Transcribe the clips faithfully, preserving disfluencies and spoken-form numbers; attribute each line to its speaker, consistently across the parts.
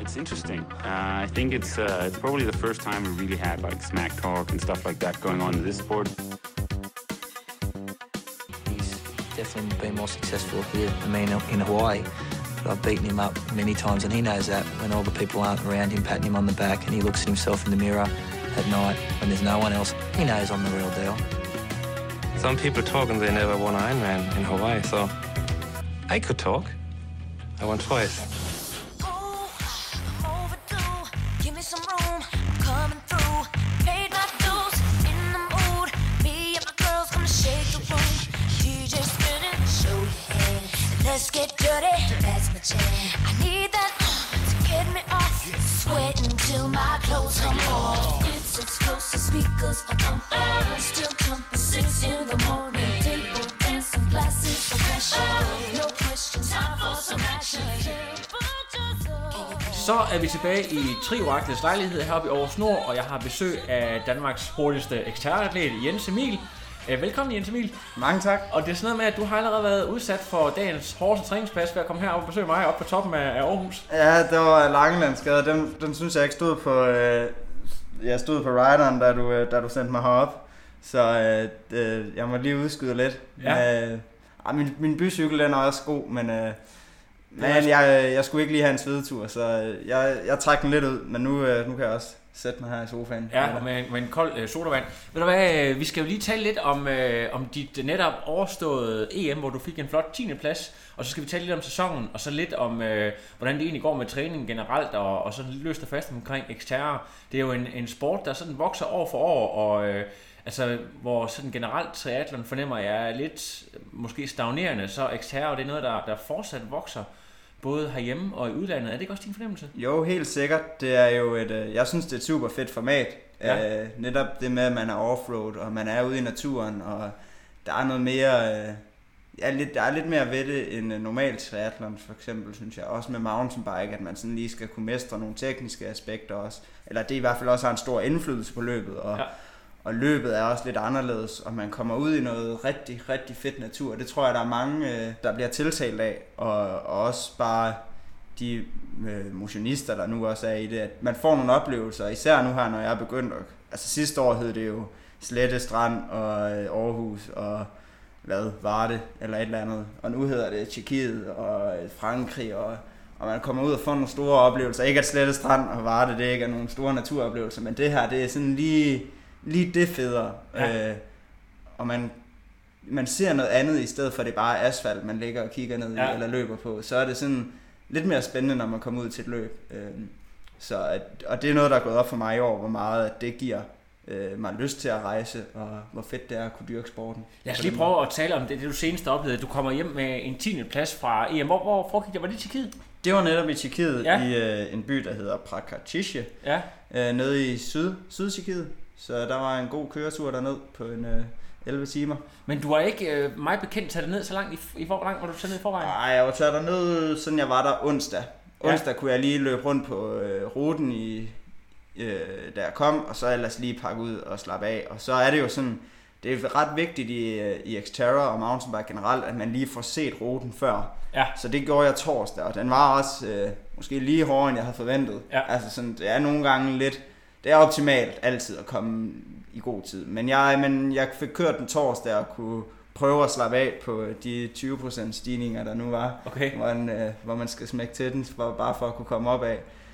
Speaker 1: it's interesting. Uh, I think it's uh, it's probably the first time we really had like smack talk and stuff like that going on in this sport.
Speaker 2: He's definitely been more successful here than me in Hawaii. But I've beaten him up many times, and he knows that when all the people aren't around him patting him on the back and he looks at himself in the mirror at night when there's no one else, he knows I'm the real deal.
Speaker 3: Some people talk and they never won Ironman in Hawaii, so I could talk. I won twice.
Speaker 4: Let's get dirty, that's my jam. I need that uh, to get me off. Sweating till my clothes come off. It's explosive speakers are pumping. Still jumping six in the morning. Table dancing, glasses of pressure. No questions, time for some action.
Speaker 5: Så er vi tilbage i Trioaklets lejlighed heroppe i Aarhus Nord, og jeg har besøg af Danmarks hurtigste eksterneratlet, Jens Emil. Velkommen, Jens Emil.
Speaker 6: Mange tak.
Speaker 5: Og det er sådan noget med, at du har allerede været udsat for dagens hårdeste træningspas ved at komme herop og besøge mig oppe på toppen af Aarhus.
Speaker 6: Ja, det var Langelandsgade. Den, den synes jeg ikke stod på, øh, jeg stod på rideren, da du, øh, da du sendte mig herop. Så øh, øh, jeg må lige udskyde lidt.
Speaker 5: Ja.
Speaker 6: Øh, min, min bycykel den er også god, men, øh, men jeg, jeg skulle ikke lige have en svedetur, så jeg, jeg trak den lidt ud. Men nu, øh, nu kan jeg også sætte mig her i sofaen.
Speaker 5: Ja, med, med en kold øh, sodavand. Ved du hvad, vi skal jo lige tale lidt om, øh, om dit netop overståede E M, hvor du fik en flot tiende plads. Og så skal vi tale lidt om sæsonen, og så lidt om, øh, hvordan det egentlig går med træningen generelt, og, og så løst og fast omkring Xterra. Det er jo en, en sport, der sådan vokser år for år, og øh, altså, hvor sådan generelt triathlon fornemmer jeg er lidt måske stagnerende, så Xterra det er noget, der, der fortsat vokser. Både herhjemme og i udlandet. Er det ikke også din fornemmelse?
Speaker 6: Jo, helt sikkert. Det er jo et, jeg synes, det er et super fedt format.
Speaker 5: Ja.
Speaker 6: Øh, netop det med, at man er offroad, og man er ude i naturen, og der er noget mere, øh, ja, lidt, der er lidt mere ved det end normal triathlon, for eksempel, synes jeg. Også med mountainbike, at man sådan lige skal kunne mestre nogle tekniske aspekter også. Eller det i hvert fald også har en stor indflydelse på løbet, og, ja. og løbet er også lidt anderledes, og man kommer ud i noget rigtig, rigtig fedt natur. Det tror jeg, der er mange, der bliver tiltalt af, og, og også bare de øh, motionister, der nu også er i det, at man får nogle oplevelser, især nu her, når jeg er begyndt. Altså sidste år hed det jo Slette Strand og øh, Aarhus og hvad var det, eller et eller andet. Og nu hedder det Tjekkiet og øh, Frankrig, og, og man kommer ud og får nogle store oplevelser. Ikke at Slette Strand og Varde, det ikke er nogle store naturoplevelser, men det her, det er sådan lige, lige det federe. Ja. Øh, og man, man ser noget andet, i stedet for det bare asfalt, man ligger og kigger ned i, ja. eller løber på. Så er det sådan lidt mere spændende, når man kommer ud til et løb. Øh, så at, og det er noget, der er gået op for mig i år, hvor meget at det giver øh, mig lyst til at rejse, og hvor fedt det er at kunne dyrke sporten.
Speaker 5: Lad os lige prøve at tale om det, det du senest oplevede. Du kommer hjem med en tiende plads fra E M. Hvor, hvor foregik det? Var det i Tjekkiet?
Speaker 6: Det var netop i Tjekkiet,
Speaker 5: ja.
Speaker 6: i øh, en by, der hedder Prakatisje,
Speaker 5: ja. øh,
Speaker 6: nede i syd, Syd-Tjekkiet. Så der var en god køretur derned på en øh, elleve timer.
Speaker 5: Men du har ikke øh, mig bekendt taget ned så langt i, i hvor langt var du taget ned i forvejen?
Speaker 6: Nej, jeg var taget derned, siden jeg var der onsdag. Onsdag ja. kunne jeg lige løbe rundt på øh, ruten, i, øh, da jeg kom, og så ellers lige pakke ud og slappe af. Og så er det jo sådan, det er ret vigtigt i, i Xterra og mountainbike generelt, at man lige får set ruten før.
Speaker 5: Ja.
Speaker 6: Så det gjorde jeg torsdag, og den var også øh, måske lige hårdere, end jeg havde forventet.
Speaker 5: Ja.
Speaker 6: Altså sådan, det er nogle gange lidt, det er optimalt altid at komme i god tid. Men jeg, men jeg fik kørt den torsdag og kunne prøve at slappe af på de tyve procent stigninger, der nu var.
Speaker 5: Okay.
Speaker 6: Hvor, man, øh, hvor man skal smække til den, for, bare for at kunne komme op af.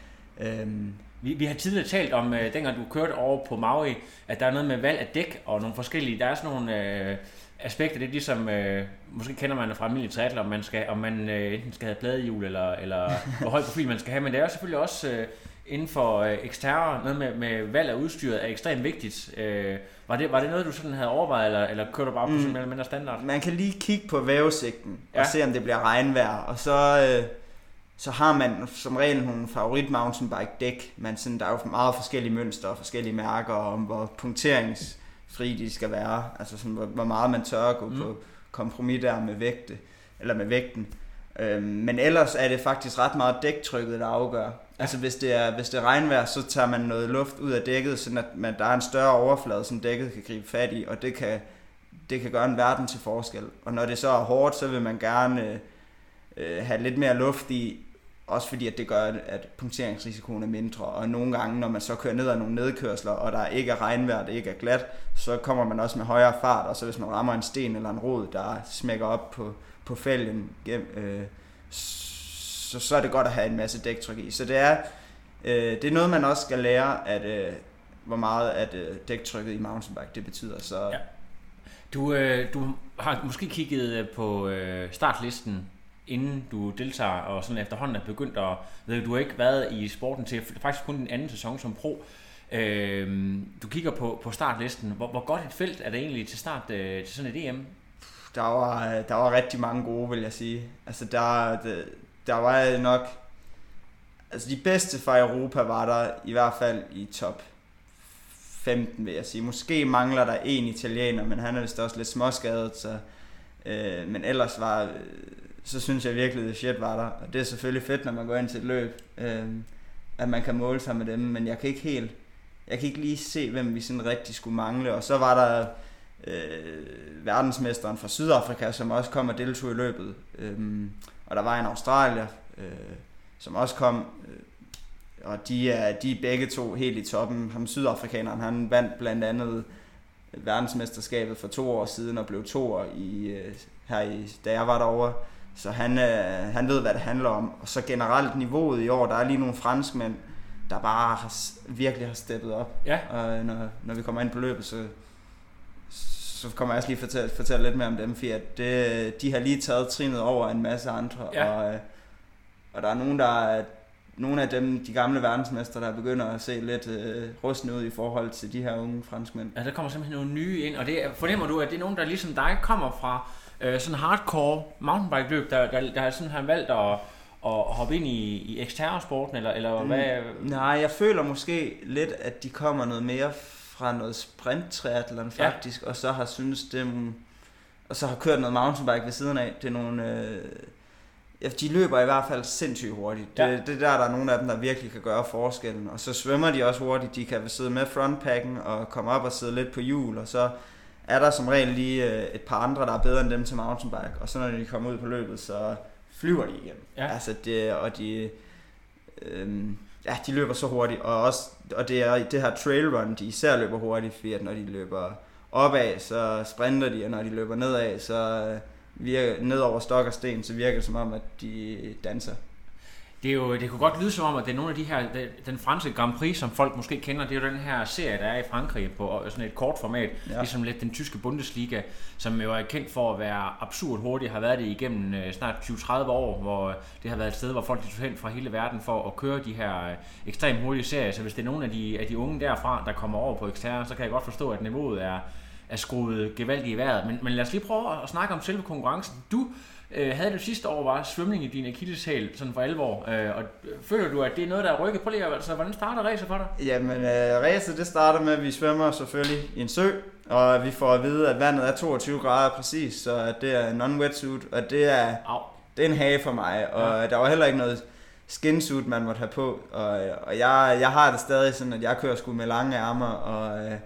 Speaker 5: Øhm. Vi, vi har tidligere talt om, øh, dengang du kørte over på Maui, at der er noget med valg af dæk og nogle forskellige, der er sådan nogle øh, aspekter, det er ligesom, øh, måske kender man det fra almindelig triathlon, om man, skal, om man øh, enten skal have pladehjul, eller, eller hvor høj profil man skal have, men det er jo selvfølgelig også øh, inden for øh, Xterra, noget med, med valg af udstyret er ekstremt vigtigt. Øh, var, det, var det noget, du sådan havde overvejet, eller, eller kørte du bare på mm. sådan mere eller mindre standard?
Speaker 6: Man kan lige kigge på vævesigten
Speaker 5: ja.
Speaker 6: og se, om det bliver regnvejr, og så... Øh, så har man som regel nogle favorit mountainbike dæk, men sådan, der er jo meget forskellige mønstre og forskellige mærker, og hvor punkteringsfri de skal være, altså sådan, hvor, hvor meget man tør at gå mm. på kompromis der med vægte, eller med vægten. Øhm, men ellers er det faktisk ret meget dæktrykket, der afgør. Ja. Altså hvis det er hvis det er regnvejr, så tager man noget luft ud af dækket, så at man, der er en større overflade, som dækket kan gribe fat i, og det kan det kan gøre en verden til forskel. Og når det så er hårdt, så vil man gerne øh, have lidt mere luft i, også fordi at det gør, at punkteringsrisikoen er mindre, og nogle gange, når man så kører ned ad nogle nedkørsler, og der ikke er regnvejr, det ikke er glat, så kommer man også med højere fart, og så hvis man rammer en sten eller en rod, der smækker op på, på fælgen, øh, så, så er det godt at have en masse dæktryk i. Så det er, øh, det er noget, man også skal lære, at, øh, hvor meget at øh, dæktrykket i mountainbike det betyder. Så.
Speaker 5: Ja. Du, øh, du har måske kigget på øh, startlisten, inden du deltager, og sådan efterhånden er begyndt at... Ved, du har ikke været i sporten til faktisk kun den anden sæson som pro. Øh, du kigger på, på startlisten. Hvor, hvor godt et felt er det egentlig til start øh, til sådan et E M?
Speaker 6: Der var, der var rigtig mange gode, vil jeg sige. Altså der, der, der var nok... Altså de bedste fra Europa var der i hvert fald i top femten, vil jeg sige. Måske mangler der en italiener, men han er vist også lidt småskadet, så... Øh, men ellers var... Øh, så synes jeg virkelig, at shit var der. Og det er selvfølgelig fedt, når man går ind til et løb, øh, at man kan måle sig med dem, men jeg kan ikke helt, jeg kan ikke lige se, hvem vi sådan rigtig skulle mangle. Og så var der øh, verdensmesteren fra Sydafrika, som også kom og deltog i løbet. Øh, og der var en australier, øh, som også kom, øh, og de er, de er begge to helt i toppen. Ham sydafrikaneren, han vandt blandt andet verdensmesterskabet for to år siden og blev toer i, øh, her i, da jeg var derovre. Så han, øh, han ved, hvad det handler om. Og så generelt niveauet i år, der er lige nogle franskmænd, der bare har, virkelig har steppet op.
Speaker 5: Ja.
Speaker 6: Og når, når vi kommer ind på løbet, så, så kommer jeg også lige fortælle, fortælle lidt mere om dem, fordi at det, de har lige taget trinet over en masse andre.
Speaker 5: Ja.
Speaker 6: Og, og der er nogen, der nogle af dem, de gamle verdensmester, der begynder at se lidt øh, rustne ud i forhold til de her unge franskmænd.
Speaker 5: Ja, der kommer simpelthen nogle nye ind, og det fornemmer du, at det er nogen, der ligesom dig kommer fra øh, sådan hardcore mountainbike-løb, der, der, der sådan har valgt at, at hoppe ind i, i eksterresporten, eller, eller
Speaker 6: mm,
Speaker 5: hvad?
Speaker 6: Nej, jeg føler måske lidt, at de kommer noget mere fra noget sprint-triathlon faktisk, ja. Og så har synes dem, og så har kørt noget mountainbike ved siden af. Det er nogle... Øh, Ja, de løber i hvert fald sindssygt hurtigt. Det, ja. det der, der er nogle af dem, der virkelig kan gøre forskellen. Og så svømmer de også hurtigt. De kan sidde med frontpacken og komme op og sidde lidt på hjul. Og så er der som regel lige et par andre, der er bedre end dem til mountainbike. Og så når de kommer ud på løbet, så flyver de igen. Ja. Altså det, og de, øhm, ja, de løber så hurtigt. Og, også, og det er det her trailrun, de især løber hurtigt. Fordi at når de løber opad, så sprinter de. Og når de løber nedad, så... virker ned over stok og sten, så virker det som om, at de danser.
Speaker 5: Det, er jo, det kunne godt lyde som om, at det er nogle af de her, den franske Grand Prix, som folk måske kender, det er jo den her serie, der er i Frankrig på sådan et kort format, ja. Ligesom lidt den tyske Bundesliga, som jo er kendt for at være absurd hurtigt, har været det igennem snart tyve til tredive år, hvor det har været et sted, hvor folk tog hen fra hele verden for at køre de her ekstremt hurtige serier. Så hvis det er nogle af de, af de unge derfra, der kommer over på eksterne, så kan jeg godt forstå, at niveauet er er skruet gevaldigt i vejret. Men, men lad os lige prøve at snakke om selve konkurrencen. Du øh, havde det sidste år var svømning i din akilleshæl, sådan for alvor. Øh, og føler du, at det er noget, der er rykket på lige? Altså, hvordan starter racet for dig?
Speaker 6: Jamen, øh, racet det starter med, at vi svømmer selvfølgelig i en sø, og vi får at vide, at vandet er toogtyve grader præcis, så det er non-wetsuit, og det er, det er en hage for mig. Og ja. Der var heller ikke noget skinsuit, man måtte have på. Og, og jeg, jeg har det stadig sådan, at jeg kører sgu med lange ærmer, og... Øh,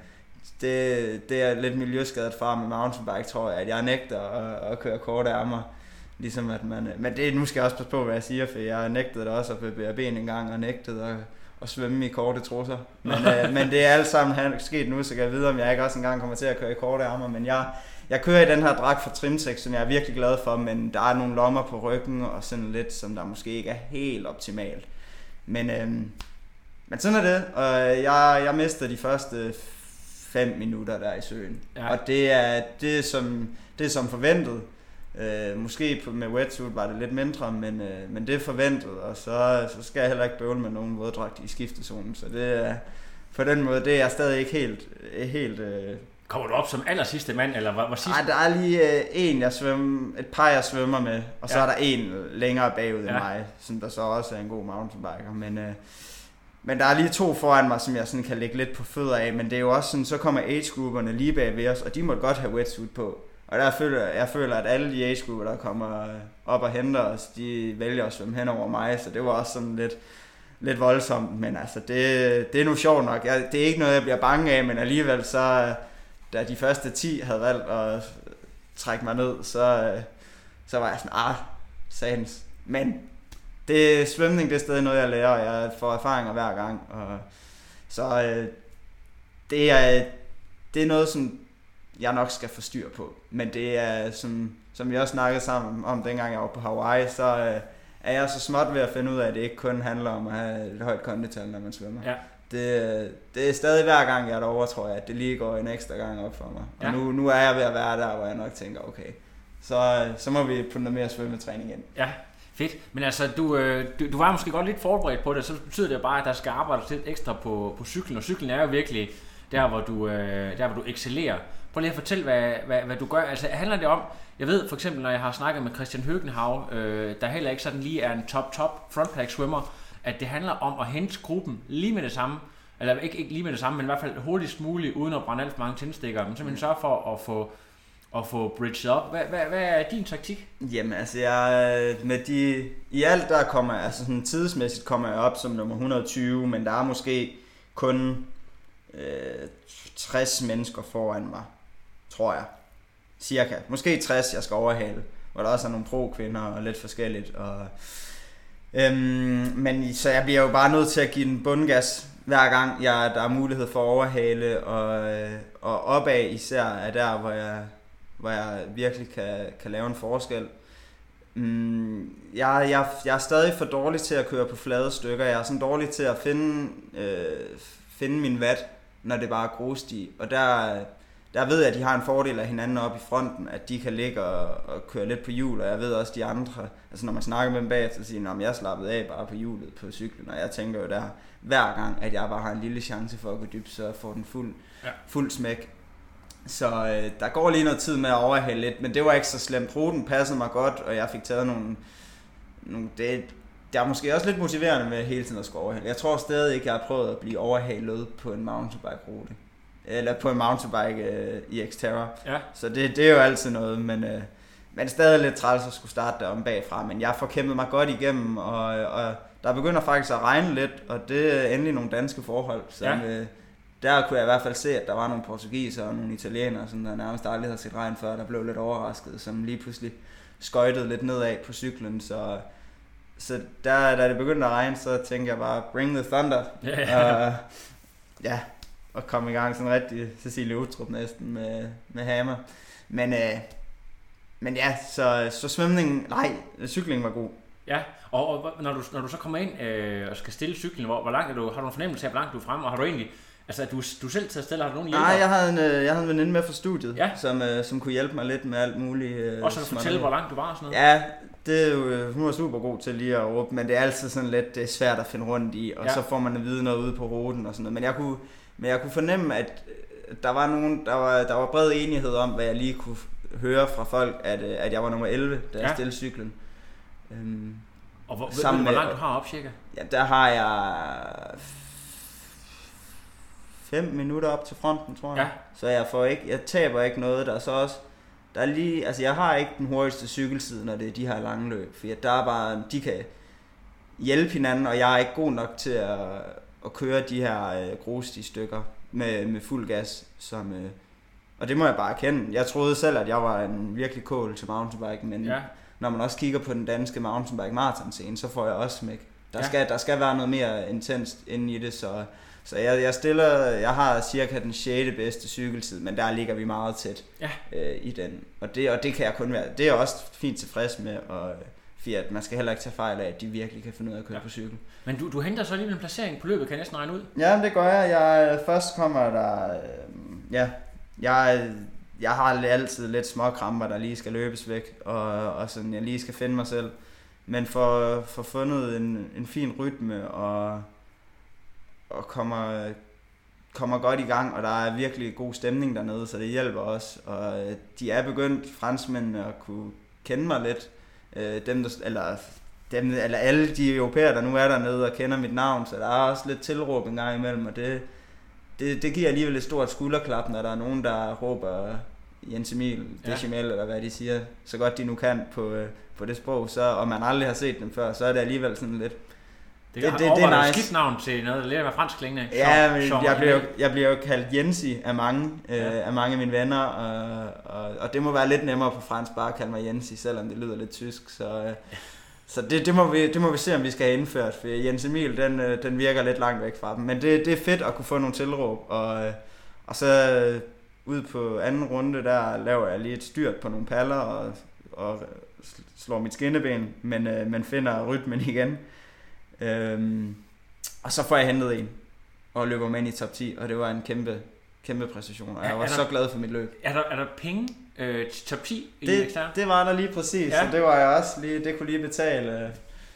Speaker 6: Det, det er lidt miljøskadet fra med mountainbike, tror jeg, at jeg nægter at, at køre korte ærmer. Ligesom at man, men det, nu skal jeg også passe på, hvad jeg siger, for jeg nægtede det også at bevæge ben en gang, og nægtede at, at svømme i korte trusser. Men, øh, men det er alt sammen sket nu, så kan jeg vide, om jeg ikke også engang kommer til at køre i korte ærmer. Men jeg, jeg kører i den her dragt fra Trimtex, som jeg er virkelig glad for, men der er nogle lommer på ryggen, og sådan lidt, som der måske ikke er helt optimalt. Men, øh, men sådan er det, og jeg, jeg mistede de første fem minutter der i søen. Ja. Og det er, det er som, det er som forventet. Øh, måske på, med wetsuit var det lidt mindre, men, øh, men det er forventet, og så, så skal jeg heller ikke bøvle med nogen våddragt i skiftezonen. Så det er, på den måde, det er jeg stadig ikke helt... helt øh...
Speaker 5: Kommer du op som aller sidste mand, eller hvad var sidst?
Speaker 6: Nej, der er lige øh, en, jeg svømmer, et par jeg svømmer med, og så ja. Er der en længere bagud ja. End mig, som der så også er en god mountainbiker, men... Øh, Men der er lige to foran mig, som jeg sådan kan lægge lidt på fødder af, men det er jo også sådan, så kommer age-grupperne lige bag ved os, og de måtte godt have wetsuit på. Og der føler jeg føler, at alle de age-grupper, der kommer op og henter os, de vælger at svømme hen over mig, så det var også sådan lidt, lidt voldsomt, men altså, det, det er nu sjovt nok. Jeg, det er ikke noget, jeg bliver bange af, men alligevel så, da de første ti havde valgt at trække mig ned, så, så var jeg sådan, ah, satans. Men det, svømning det er stadig noget, jeg lærer, og jeg får erfaringer hver gang. Og, så øh, det, er, det er noget, som jeg nok skal få styr på. Men det er, som, som vi også snakkede sammen om, dengang jeg var på Hawaii, så øh, er jeg så småt ved at finde ud af, at det ikke kun handler om at have et højt kondital, når man svømmer.
Speaker 5: Ja.
Speaker 6: Det, det er stadig hver gang, jeg er derovre, tror jeg, at det lige går en ekstra gang op for mig. Og
Speaker 5: ja.
Speaker 6: nu, nu er jeg ved at være der, hvor jeg nok tænker, okay, så, så må vi putte noget mere svømmetræning ind.
Speaker 5: Ja, fedt. Men altså, du, du, du var måske godt lidt forberedt på det, så betyder det bare, at der skal arbejdes lidt ekstra på, på cyklen, og cyklen er jo virkelig der, hvor du, der, hvor du excellerer. Prøv lige at fortælle, hvad, hvad, hvad du gør. Altså, handler det om, jeg ved for eksempel, når jeg har snakket med Christian Høgenhav, øh, der heller ikke sådan lige er en top-top frontpack-svømmer, at det handler om at hente gruppen lige med det samme, eller ikke, ikke lige med det samme, men i hvert fald hurtigst muligt, uden at brænde alt for mange tændstikker, men simpelthen sørge for at få, at få bridget op. Hvad, hvad, hvad er din taktik?
Speaker 6: Jamen altså, jeg, med de, i alt der kommer, altså sådan tidsmæssigt kommer jeg op som nummer et hundrede og tyve, men der er måske kun øh, tres mennesker foran mig, tror jeg. Cirka. Måske tres, jeg skal overhale, hvor der også er nogle pro-kvinder og lidt forskelligt. Og, øhm, men så jeg bliver jo bare nødt til at give den bundgas, hver gang jeg, der er mulighed for at overhale, og, og opad især er der, hvor jeg, hvor jeg virkelig kan, kan lave en forskel. Mm, jeg, jeg, jeg er stadig for dårlig til at køre på flade stykker. Jeg er sådan dårlig til at finde, øh, finde min watt, når det bare er grussti. Og der, der ved jeg, at de har en fordel af hinanden oppe i fronten, at de kan ligge og, og køre lidt på hjul, og jeg ved også de andre, altså når man snakker med dem bagefter, så siger de, at jeg slappede af bare på hjulet på cyklen, og jeg tænker jo der, hver gang, at jeg bare har en lille chance for at gå dybt, så får den fuld, ja. fuld smæk. Så øh, der går lige noget tid med at overhale lidt, men det var ikke så slemt. Ruten passede mig godt, og jeg fik taget nogle... nogle det, det er måske også lidt motiverende med hele tiden at skulle overhale. Jeg tror stadig ikke, jeg har prøvet at blive overhalet på en mountainbike-rute. Eller på en mountainbike øh, i Xterra. Ja. Så det, det er jo altid noget, men, øh, men stadig lidt træls at skulle starte derom bagfra. Men jeg får kæmpet mig godt igennem, og, og der begynder faktisk at regne lidt, og det er endelig nogle danske forhold. Så, ja. øh, der kunne jeg i hvert fald se, at der var nogle portugiser og nogle italienere, som der nærmest aldrig havde set regn før, der blev lidt overrasket, som lige pludselig skøjtede lidt nedad på cyklen. Så, så der, da det begyndte at regne, så tænkte jeg bare, bring the thunder. Ja, uh, ja. Og kom i gang sådan rigtig Cecilie Utrup næsten med, med hammer. Men, øh, men ja, så, så svømningen, nej, cyklingen var god.
Speaker 5: Ja, og, og når, du, når du så kommer ind øh, og skal stille cyklen, hvor, hvor langt er du, har du en fornemmelse af, hvor langt du er fremme, og har du egentlig, altså du, du selv taget stille, har du nogen hjælper?
Speaker 6: Nej, jeg havde en, øh, jeg havde en veninde med fra studiet, ja. som, øh, som kunne hjælpe mig lidt med alt muligt. Øh,
Speaker 5: og så kan du fortælle, hvor langt du var og sådan noget?
Speaker 6: Ja, det er jo, hun var super god til lige at råbe, men det er altid sådan lidt det er svært at finde rundt i, og ja. så får man at vide noget ude på ruten og sådan noget. Men jeg kunne, men jeg kunne fornemme, at der var nogen, der var, der var bred enighed om, hvad jeg lige kunne høre fra folk, at, at jeg var nummer elleve, da ja. jeg stillede cyklen. Øhm,
Speaker 5: og hvor, ved du, hvor langt du har op cirka?
Speaker 6: Ja, der har jeg fem minutter op til fronten, tror jeg. Ja. Så jeg får ikke, jeg taber ikke noget. Der er så også, der er lige, altså jeg har ikke den hurtigste cykelside, når det er de her lange løb, for der er bare, de kan hjælpe hinanden, og jeg er ikke god nok til at, at køre de her øh, grustige stykker med, med fuld gas, som, øh, og det må jeg bare erkende. Jeg troede selv, at jeg var en virkelig kål til mountainbike, men ja. når man også kigger på den danske mountainbike marathon scene, så får jeg også smæk. Der, ja. skal, der skal være noget mere intenst inde i det, så, så jeg, jeg stiller, jeg har cirka den sjette bedste cykeltid, men der ligger vi meget tæt ja. øh, i den, og det, og det kan jeg kun være, det er jeg også fint tilfreds med, og Fiat, man skal heller ikke tage fejl af, at de virkelig kan finde ud af at køre ja. på cykel.
Speaker 5: Men du, du henter så lige en placering på løbet, kan jeg næsten regne ud?
Speaker 6: Ja, det gør jeg. jeg først kommer der, øh, ja, jeg, jeg har altid lidt små kramper, der lige skal løbes væk, og, og sådan, jeg lige skal finde mig selv. Men for, for fundet en, en fin rytme, og, og kommer, kommer godt i gang, og der er virkelig god stemning dernede, så det hjælper også. Og de er begyndt, franskmændene, at kunne kende mig lidt. Dem, der, eller, dem, eller alle de europæere, der nu er dernede og kender mit navn, så der er også lidt tilråb en gang imellem, og det, det, det giver alligevel et stort skulderklap, når der er nogen, der råber Jens Emil, Decimel, ja. eller hvad de siger, så godt de nu kan på, på det sprog, så, og man aldrig har set dem før, så er det alligevel sådan lidt...
Speaker 5: Det, det, det, det er nice. Skidt navn til noget, der lidt af fransk klingende.
Speaker 6: Ja, men jeg bliver, jo, jeg bliver jo kaldt Jensi af mange, ja. øh, af mange af mine venner, og, og, og det må være lidt nemmere på fransk bare at kalde mig Jensi, selvom det lyder lidt tysk, så, øh, Så det, det, må vi, det må vi se, om vi skal have indført, for Jens Emil, den, den virker lidt langt væk fra dem. Men det, det er fedt at kunne få nogle tilråb, og, og så ud på anden runde, der laver jeg lige et styrt på nogle paller, og, og slår mit skinneben, men, men finder rytmen igen. Øhm, og så får jeg hentet en, og løber med ind i top ti, og det var en kæmpe, kæmpe præstation, og jeg var der, så glad for mit løb.
Speaker 5: Er der, er der penge øh, til top ti i
Speaker 6: det, det var der lige præcis, ja. Så det var jeg også lige, det kunne lige betale,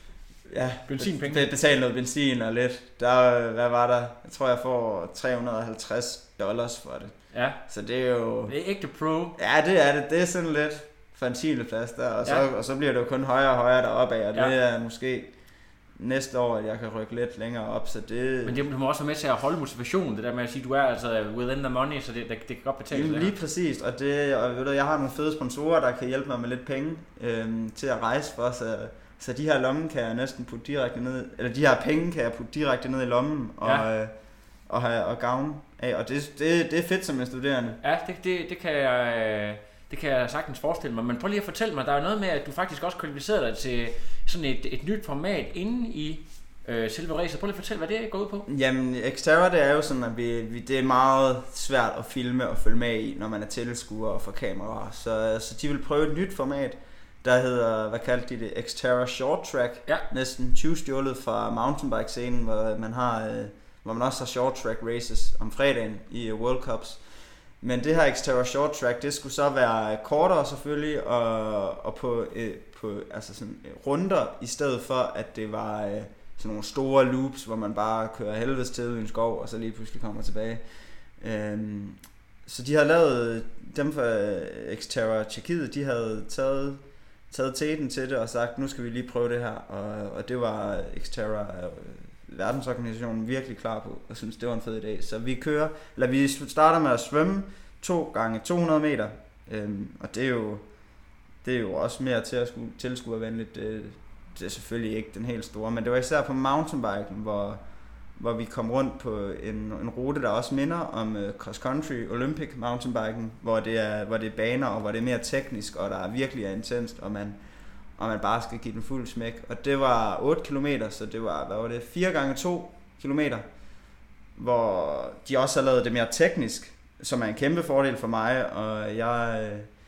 Speaker 6: ja,
Speaker 5: benzinpenge.
Speaker 6: Betale noget benzin og lidt. Der, hvad var der? Jeg tror jeg får tre hundrede og halvtreds dollars for det.
Speaker 5: Ja.
Speaker 6: Så det er jo...
Speaker 5: Det er ægte pro.
Speaker 6: Ja, det er det. Det er sådan lidt for en tiende plads der, og så, ja. og så bliver det jo kun højere og højere deroppe af, og ja. Det er måske næste år, at jeg kan rykke lidt længere op, så det...
Speaker 5: Men det må også være med til at holde motivationen, det der med at sige, at du er altså within the money, så det, det, det kan godt betale sig.
Speaker 6: Lige præcis, og, det, og ved du, jeg har nogle fede sponsorer, der kan hjælpe mig med lidt penge øhm, til at rejse for, så, så de her lommen kan jeg næsten putte direkte ned, eller de her penge kan jeg putte direkte ned i lommen, og, ja. øh, og, have, og gavne af, og det, det, det er fedt som en studerende.
Speaker 5: Ja, det, det, det kan jeg... Det kan jeg sagtens forestille mig, men prøv lige at fortælle mig, der er noget med, at du faktisk også kvalificerede dig til sådan et, et nyt format inde i øh, selve racet. Prøv lige at fortælle, hvad det går ud på.
Speaker 6: Jamen, Xterra, det er jo sådan, at vi, vi, det er meget svært at filme og følge med i, når man er tilskuer og får kameraer. Så, så de vil prøve et nyt format, der hedder, hvad kaldte de det, Xterra Short Track.
Speaker 5: Ja.
Speaker 6: Næsten tyve stjålet fra mountainbike-scenen, hvor man, har, øh, hvor man også har short track races om fredagen i World Cups. Men det her Xterra Short Track, det skulle så være kortere selvfølgelig, og, og på, øh, på altså sådan, runder, i stedet for at det var øh, sådan nogle store loops, hvor man bare kører helvedes til i en skov, og så lige pludselig kommer tilbage. Øhm, så de har lavet, dem fra Xterra Tjekkiet, de havde taget, taget teten til det og sagt, nu skal vi lige prøve det her, og, og det var Xterra øh, verdensorganisationen virkelig klar på, og synes det var en fed idé. Så vi kører, eller vi starter med at svømme to gange to hundrede meter, øhm, og det er jo det er jo også mere til at skulle tilskuervenligt. Det, det er selvfølgelig ikke den helt store, men det var især på mountainbiken, hvor hvor vi kom rundt på en, en rute, der også minder om uh, cross country Olympic mountainbiken, hvor det er hvor det er baner, og hvor det er mere teknisk, og der er virkelig er intenst, og man og man bare skal give den fuld smæk. Og det var otte kilometer, så det var, hvad var det, fire gange to kilometer, hvor de også har lavet det mere teknisk, som er en kæmpe fordel for mig, og jeg,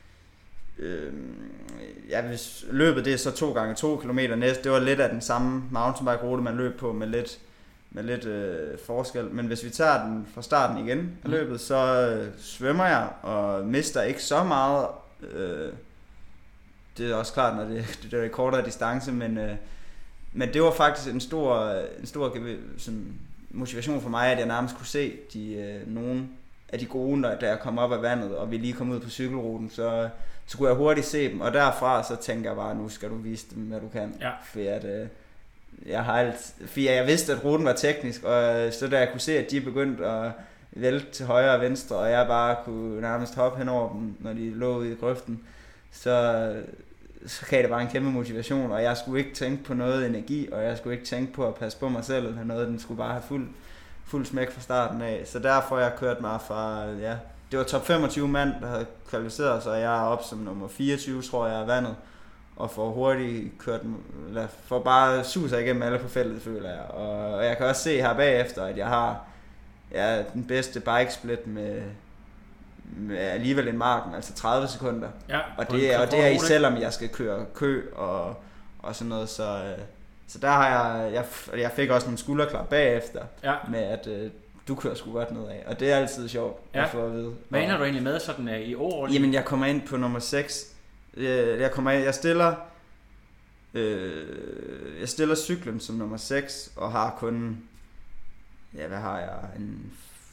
Speaker 6: øh, ja, hvis løbet det er så to gange to kilometer næste, det var lidt af den samme mountainbike-rute, man løb på med lidt, med lidt øh, forskel, men hvis vi tager den fra starten igen af løbet, så øh, svømmer jeg, og mister ikke så meget. øh, Det er også klart, når det, det er kortere distance, men, øh, men det var faktisk en stor, en stor sådan, motivation for mig, at jeg nærmest kunne se de, øh, nogle af de gode, der, da jeg kom op af vandet, og vi lige kom ud på cykelruten, så, så kunne jeg hurtigt se dem, og derfra så tænkte jeg bare, nu skal du vise dem, hvad du kan.
Speaker 5: Ja.
Speaker 6: For, at, øh, jeg har alt, for jeg vidste, at ruten var teknisk, og så da jeg kunne se, at de begyndte at vælte til højre og venstre, og jeg bare kunne nærmest hoppe hen over dem, når de lå ude i grøften, så så gav det bare en kæmpe motivation, og jeg skulle ikke tænke på noget energi, og jeg skulle ikke tænke på at passe på mig selv eller noget, den skulle bare have fuld, fuld smæk fra starten af. Så derfor jeg kørt mig fra, ja, det var top femogtyve mand, der havde kvalificeret sig, og jeg er op som nummer fireogtyve, tror jeg, er vandet, og får hurtigt kørt, eller får bare suser igennem alle på feltet, føler jeg. Og, og jeg kan også se her bagefter, at jeg har ja, den bedste bikesplit med med alligevel en marken, altså tredive sekunder.
Speaker 5: Ja,
Speaker 6: og det er og det er i selvom jeg skal køre kø og og sådan noget, så så der har jeg jeg, jeg fik også en skulderklap bagefter, ja. Med at øh, du kører sgu godt nedad, og det er altid sjovt, ja. At få at vide.
Speaker 5: Hvad ender du egentlig med sådan uh, i år?
Speaker 6: Jamen jeg kommer ind på nummer seks. Jeg, jeg kommer ind, jeg stiller øh, jeg stiller cyklen som nummer seks og har kun ja, hvad har jeg en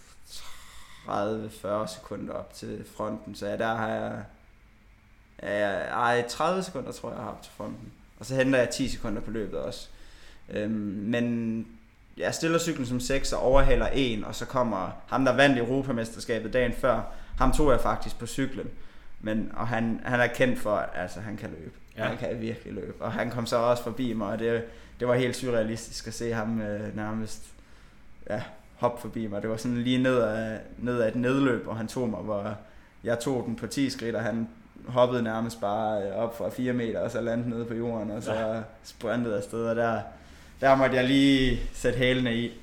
Speaker 6: tredive til fyrre sekunder op til fronten, så ja, der har jeg, ja, ej, tredive sekunder tror jeg, jeg har op til fronten, og så henter jeg ti sekunder på løbet også. Øhm, men jeg stiller cyklen som seks og overhælder en, og så kommer ham, der vandt Europamesterskabet dagen før, ham tog jeg faktisk på cyklen, men, og han, han er kendt for, at altså, han kan løbe, ja. Han kan virkelig løbe, og han kom så også forbi mig, og det, det var helt surrealistisk at se ham øh, nærmest, ja, hop forbi mig. Det var sådan lige ned ad, ned ad et nedløb, og han tog mig, hvor jeg tog den på ti skridt, og han hoppede nærmest bare op fra fire meter, og så landede nede på jorden, og så ja. sprintede afsted, og der, der måtte jeg lige sætte hælene i.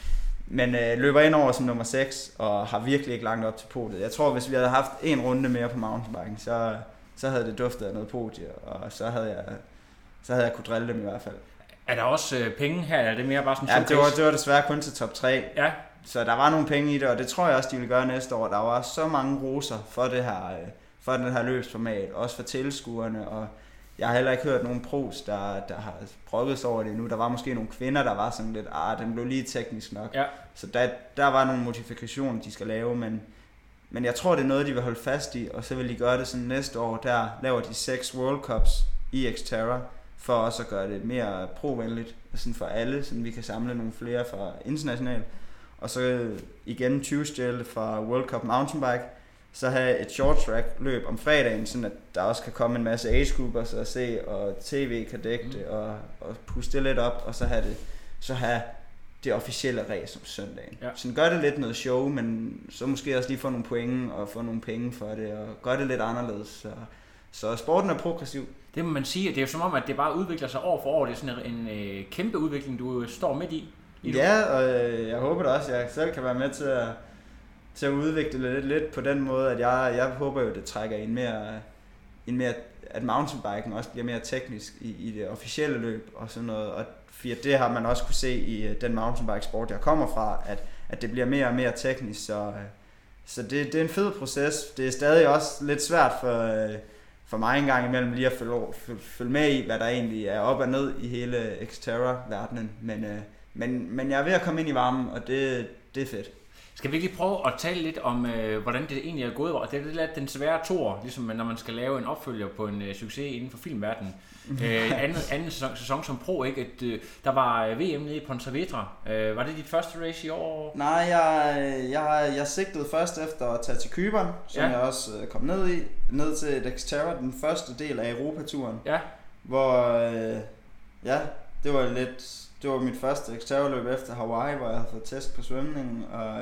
Speaker 6: Men øh, løber ind over som nummer seks, og har virkelig ikke langt op til podiet. Jeg tror, hvis vi havde haft en runde mere på mountainbiken, så, så havde det duftet af noget podie, og så havde jeg, så havde jeg kunne drille dem i hvert fald.
Speaker 5: Er der også øh, penge her, eller er det mere bare sådan en
Speaker 6: ja, det var, det var desværre kun til top tre.
Speaker 5: Ja.
Speaker 6: Så der var nogle penge i det, og det tror jeg også, de vil gøre næste år. Der var så mange roser for det her, for den her løbsformat, også for tilskuerne, og jeg har heller ikke hørt nogen pros, der, der har brokket sig over det endnu. Der var måske nogle kvinder, der var sådan lidt, ah, den blev lige teknisk nok.
Speaker 5: Ja.
Speaker 6: Så der, der var nogle modifikationer, de skal lave, men, men jeg tror, det er noget, de vil holde fast i, og så vil de gøre det sådan næste år. Der laver de seks World Cups i Xterra, for også at gøre det mere pro-venligt, sådan for alle, så vi kan samle nogle flere fra internationalt. Og så igen tyve stjæle fra World Cup Mountainbike, så have et short track løb om fredagen, sådan at der også kan komme en masse age groupers og se, og tv kan dække det, og, og puste det lidt op, og så have det, så have det officielle race om søndagen. Ja. Så gør det lidt noget show, men så måske også lige få nogle point og få nogle penge for det, og gør det lidt anderledes. Så, så sporten er progressiv.
Speaker 5: Det må man sige, det er jo som om, at det bare udvikler sig år for år. Det er sådan en, en øh, kæmpe udvikling, du står midt i.
Speaker 6: Ja, og jeg håber da også, at jeg selv kan være med til at, til at udvikle det lidt, lidt på den måde, at jeg, jeg håber jo, det trækker en mere, en mere, at mountainbiken også bliver mere teknisk i, i det officielle løb og sådan noget. Og det har man også kunne se i den mountainbike sport, jeg kommer fra, at, at det bliver mere og mere teknisk. Så, så det, det er en fed proces. Det er stadig også lidt svært for, for mig en gang imellem lige at følge, følge med i, hvad der egentlig er op og ned i hele Xterra-verdenen. Men Men, men jeg er ved at komme ind i varmen, og det, det er fedt.
Speaker 5: Skal vi ikke lige prøve at tale lidt om, øh, hvordan det egentlig er gået? Det er lidt den svære toer, ligesom når man skal lave en opfølger på en øh, succes inden for filmverdenen. øh, anden, anden sæson, sæson som pro, ikke? Et, øh, der var V M nede i Pontevedra. Øh, var det dit første race i år?
Speaker 6: Nej, jeg, jeg, jeg sigtede først efter at tage til Cypern, som ja. jeg også øh, kom ned i. Ned til Xterra, den første del af Europaturen.
Speaker 5: Ja.
Speaker 6: Hvor, øh, ja, det var lidt... Det var mit første Xterra-løb efter Hawaii, hvor jeg havde fået test på svømningen, og,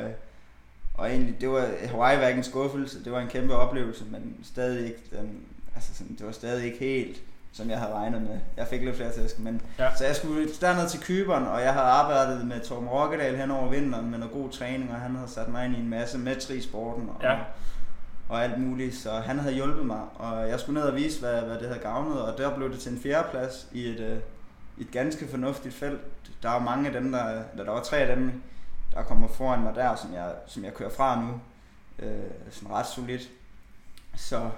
Speaker 6: og egentlig, det var, Hawaii var ikke en skuffelse, det var en kæmpe oplevelse, men stadig ikke, den, altså sådan, det var stadig ikke helt, som jeg havde regnet med. Jeg fik lidt flere tæsk, men ja. Så jeg skulle derned til Cypern, og jeg havde arbejdet med Torben Rokkedal hen over vinteren med noget god træning, og han havde sat mig ind i en masse med trisporten og, ja. og alt muligt, så han havde hjulpet mig, og jeg skulle ned og vise, hvad, hvad det havde gavnet, og der blev det til en fjerdeplads i et et ganske fornuftigt felt. Der er mange af dem, der, der, der var tre af dem, der kommer foran mig der, som jeg, som jeg kører fra nu. Øh, sådan ret solidt. Så,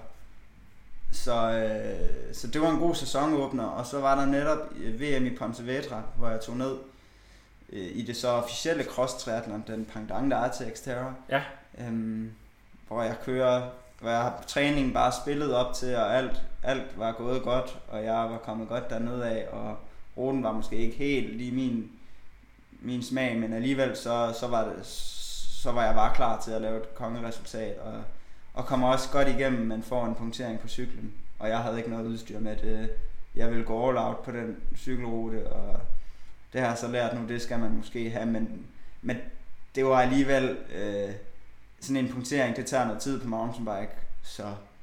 Speaker 6: så, øh, så det var en god sæsonåbner, og så var der netop V M i Pontevedra, hvor jeg tog ned øh, i det så officielle cross-triathlon, den pendant, der er til Xterra.
Speaker 5: Ja.
Speaker 6: Øhm, hvor jeg kører, hvor jeg har træningen bare spillet op til, og alt, alt var gået godt, og jeg var kommet godt dernede af, og ruten var måske ikke helt lige min, min smag, men alligevel så, så, var det, så var jeg bare klar til at lave et kongeresultat, og, og kommer også godt igennem, men får en punktering på cyklen, og jeg havde ikke noget udstyr med det. Jeg ville gå all out på den cykelrute, og det har jeg så lært nu, det skal man måske have, men, men det var alligevel øh, sådan en punktering, det tager noget tid på mountainbike, så,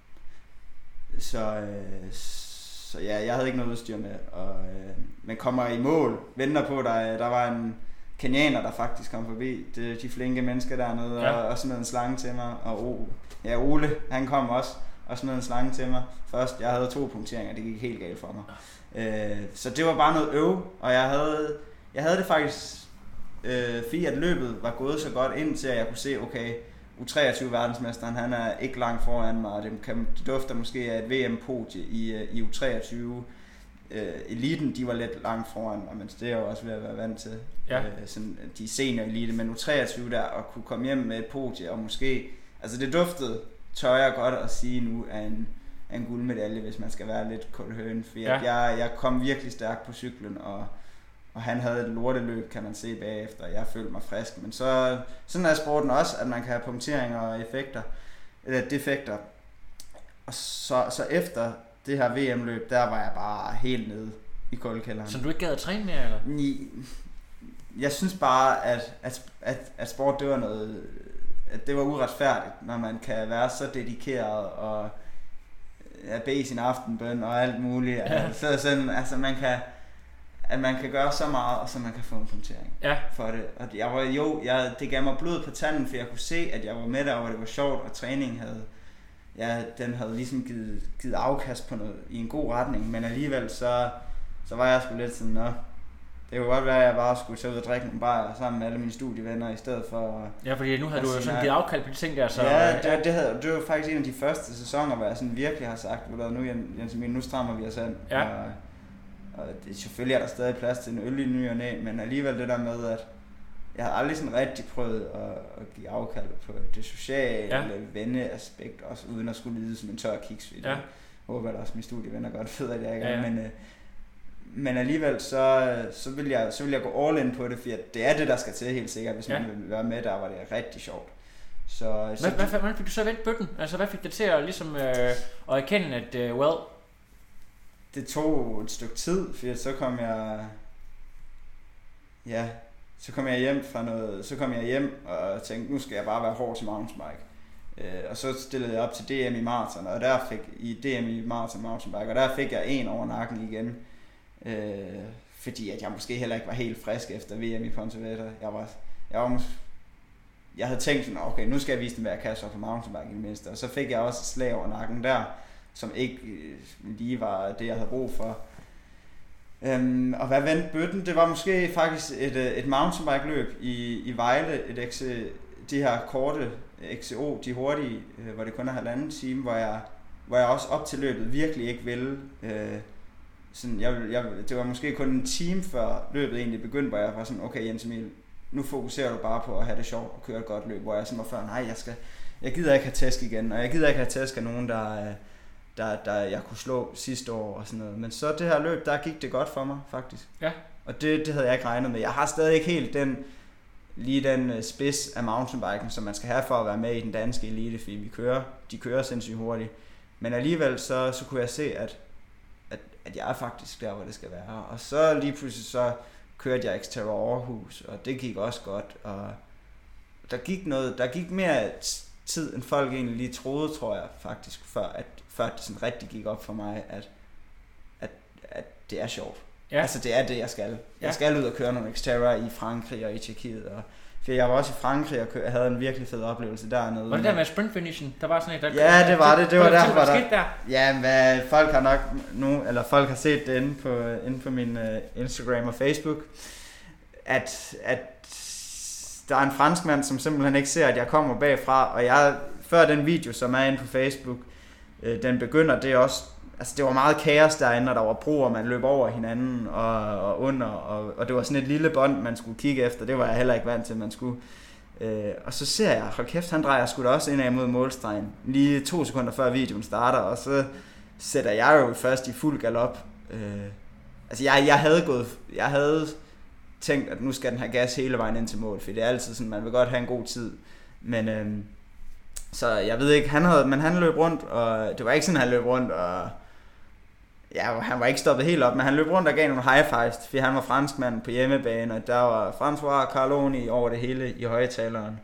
Speaker 6: så, øh, så ja, jeg havde ikke noget udstyr med, og, øh, men kommer i mål, venter på, der, der var en kenianer, der faktisk kom forbi, de, de flinke mennesker dernede, ja. og, og smed en slange til mig, og oh, ja, Ole, han kom også, og smed en slange til mig først. Jeg havde to punkteringer, det gik helt galt for mig. Øh, så det var bare noget øv, og jeg havde, jeg havde det faktisk øh, fordi at løbet var gået så godt ind til, at jeg kunne se, okay, U treogtyve verdensmesteren, han er ikke langt foran mig, og det, kan, det dufter måske af et V M-podie i, i U treogtyve. Øh, eliten, de var lidt langt foran mig, men det er jo også ved at være vant til. Ja. Øh, sådan, de senior elite, men U treogtyve der, og kunne komme hjem med et podie, og måske, altså det duftede, tør jeg godt at sige nu, af en, af en guldmedalje, hvis man skal være lidt kold høn, for ja. jeg, jeg kom virkelig stærkt på cyklen, og, og han havde et lorteløb, kan man se bagefter, jeg følte mig frisk, men så, sådan er sporten også, at man kan have punkteringer og effekter, eller defekter, og så, så efter det her V M-løb, der var jeg bare helt nede i kuldekælderen.
Speaker 5: Så du ikke gad at træne mere, eller?
Speaker 6: Nej, jeg synes bare, at, at, at, at sport, det var noget, at det var uretfærdigt, når man kan være så dedikeret og at bede sin aftenbøn og alt muligt. Ja. Så sådan, altså man kan, at man kan gøre så meget, og så man kan få en punktering
Speaker 5: ja.
Speaker 6: for det. Og jeg var jo, jeg, det gav mig blod på tanden, for jeg kunne se, at jeg var med der, og det var sjovt, og træningen havde, ja, den havde ligesom givet, givet afkast på noget i en god retning, men alligevel så, så var jeg sgu lidt sådan, nå, det kunne godt være, at jeg bare skulle tage ud og drikke nogle bajer sammen med alle mine studievenner, i stedet for...
Speaker 5: Ja, fordi nu havde du jo sådan givet afkald på de ting der, så...
Speaker 6: Ja, det, det, havde, det var faktisk en af de første sæsoner, hvor jeg sådan virkelig har sagt, nu, Jens Emil, nu strammer vi os an.
Speaker 5: Ja.
Speaker 6: Og, og det, selvfølgelig er der stadig plads til en øl i ny og næ, men alligevel det der med, at jeg har aldrig sådan rigtig prøvet at, at give afkald på det sociale, ja. venneaspekt, også uden at skulle lide som en tør kiks. Ja. Jeg håber, at også mine studievenner godt ved, at jeg ikke er, ja, ja. men... Men alligevel, så, så, vil jeg, så vil jeg gå all in på det, for det er det, der skal til helt sikkert, hvis man ja. vil være med, der var det rigtig sjovt. Så, så
Speaker 5: hvad, hvad, hvad fik du så vendt bøtten? Altså, hvad fik dig til at, ligesom, øh, at erkende, at, øh, well...
Speaker 6: Det tog et stykke tid, for så kom jeg... Ja, så kom jeg hjem fra noget... Så kom jeg hjem og tænkte, nu skal jeg bare være hård til mountainbike. Øh, og så stillede jeg op til D M i maraton, og der fik i D M i maraton mountainbike, og der fik jeg en over nakken igen. Øh, fordi at jeg måske heller ikke var helt frisk efter V M i Pontevedra. Jeg var, jeg var måske, jeg havde tænkt sådan, okay, nu skal jeg vise dem, hvad jeg kan så på mountainbike i det mindste. Og så fik jeg også et slag over nakken der, som ikke lige var det, jeg havde brug for. Øhm, og hvad vendte bøtten? Det var måske faktisk et, et mountainbike løb i, i Vejle, et X, de her korte X C O, de hurtige, hvor det kun er halvanden time, hvor jeg, hvor jeg også op til løbet virkelig ikke ville. Øh, Sådan, jeg, jeg, det var måske kun en time før løbet egentlig begyndte, hvor jeg var sådan, okay Jens Emil, nu fokuserer du bare på at have det sjovt og køre et godt løb, hvor jeg sådan var før, nej, jeg skal, jeg gider ikke have tæsk igen, og jeg gider ikke have tæsk af nogen, der, der, der jeg kunne slå sidste år og sådan noget. Men så det her løb, der gik det godt for mig, faktisk.
Speaker 5: Ja.
Speaker 6: Og det, det havde jeg ikke regnet med. Jeg har stadig ikke helt den, lige den spids af mountainbiken, som man skal have for at være med i den danske elite, fordi vi kører, de kører sindssygt hurtigt. Men alligevel så, så kunne jeg se, at at jeg er faktisk der, hvor det skal være. Og så lige pludselig så kørte jeg Xterra Aarhus, og det gik også godt. Og der gik noget, der gik mere tid, end folk egentlig lige troede, tror jeg faktisk, før, at, før det sådan rigtig gik op for mig, at, at, at det er sjovt. Ja. Altså det er det, jeg skal. Jeg skal ud og køre nogle Xterra i Frankrig og i Tjekkiet. Og for jeg var også i Frankrig og kør, havde en virkelig fed oplevelse dernede.
Speaker 5: Var det der med sprint finishen? Der var sådan et, der...
Speaker 6: Ja, det var det. Det var der, hvor der...
Speaker 5: der.
Speaker 6: Ja, hvad folk har nok nu, eller folk har set det inde på, inde på min uh, Instagram og Facebook, at, at der er en franskmand, som simpelthen ikke ser, at jeg kommer bagfra, og jeg, før den video, som er inde på Facebook, øh, den begynder, det er også, altså det var meget kaos derinde, og der var broer, man løb over hinanden og, og under, og, og det var sådan et lille bånd, man skulle kigge efter, det var jeg heller ikke vant til, man skulle. Øh, og så ser jeg, hold kæft, han drejer sgu da også indad mod målstregen, lige to sekunder før videoen starter, og så sætter jeg jo først i fuld galop. Øh, altså jeg, jeg havde gået, jeg havde tænkt, at nu skal den have gas hele vejen ind til mål, for det er altid sådan, man vil godt have en god tid, men øh, så jeg ved ikke, han havde, men han løb rundt, og det var ikke sådan, han løb rundt, og ja, han var ikke stoppet helt op, men han løb rundt og gav nogle high fives, fordi han var franskmand på hjemmebane, og der var François Carloni over det hele i højtaleren.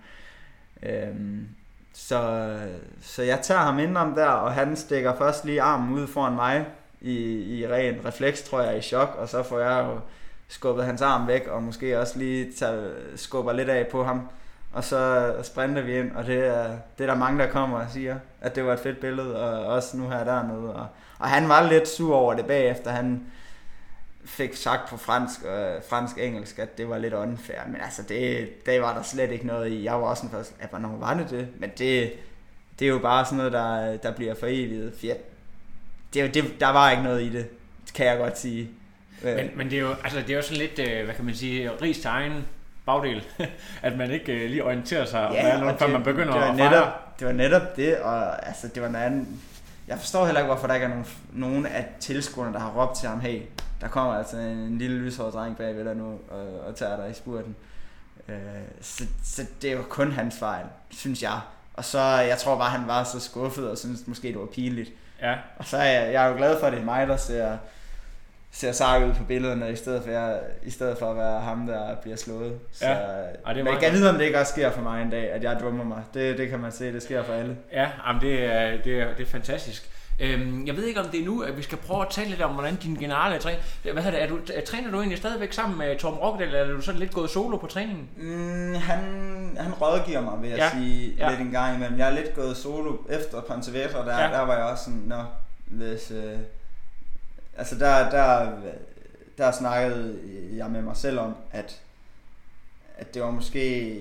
Speaker 6: Øhm, så, så jeg tager ham indenom der, og han stikker først lige armen ud foran mig, i, i ren refleks, tror jeg, i chok, og så får jeg jo skubbet hans arm væk, og måske også lige tager, skubber lidt af på ham, og så sprinter vi ind, og det er, det er der mange, der kommer og siger, at det var et fedt billede, og også nu her dernede, og Og han var lidt sur over det bagefter. Han fik sagt på fransk og øh, fransk-engelsk, at det var lidt unfair. Men altså, det, det var der slet ikke noget i. Jeg var også en først, at hvornår var det det? Men det, det er jo bare sådan noget, der, der bliver for evigt. For jeg, det, det, der var ikke noget i det, kan jeg godt sige.
Speaker 5: Men, men det er jo altså, det er jo sådan lidt, hvad kan man sige, ris til egen bagdel. At man ikke lige orienterer sig om
Speaker 6: ja,
Speaker 5: noget, før man begynder
Speaker 6: det var
Speaker 5: at
Speaker 6: netop,
Speaker 5: fejre.
Speaker 6: Det var netop det, og altså, det var en anden... Jeg forstår heller ikke, hvorfor der ikke er nogen, nogen af tilskuerne, der har råbt til ham, hey, der kommer altså en, en lille lyshåret dreng bagved dig nu og, og tager dig i spurten. Øh, så, så det er jo kun hans fejl, synes jeg. Og så, jeg tror bare, han var så skuffet og synes måske, det var pinligt.
Speaker 5: Ja.
Speaker 6: Og så er jeg, jeg er jo glad for, at det er mig, der ser, ser sej ud på billederne, i stedet for, jeg, i stedet for at være ham, der bliver slået. Så,
Speaker 5: ja. Og
Speaker 6: men jeg kan vide, om det ikke også sker for mig en dag, at jeg drømmer mig. Det, det kan man se, det sker for alle.
Speaker 5: Ja, jamen det, er, det, er, det er fantastisk. Øhm, jeg ved ikke, om det er nu, at vi skal prøve at tale lidt om, hvordan din generelle træning... Hvad hedder det? Er du, er, træner du egentlig stadigvæk sammen med Torben Rockdal, eller er du sådan lidt gået solo på træningen?
Speaker 6: Mm, han, han rådgiver mig, vil jeg
Speaker 5: ja.
Speaker 6: sige,
Speaker 5: ja.
Speaker 6: lidt en gang imellem. Jeg er lidt gået solo efter Pontevedra, der, ja. der var jeg også sådan, nå, hvis... Øh, altså, der, der, der snakkede jeg med mig selv om, at, at det var måske...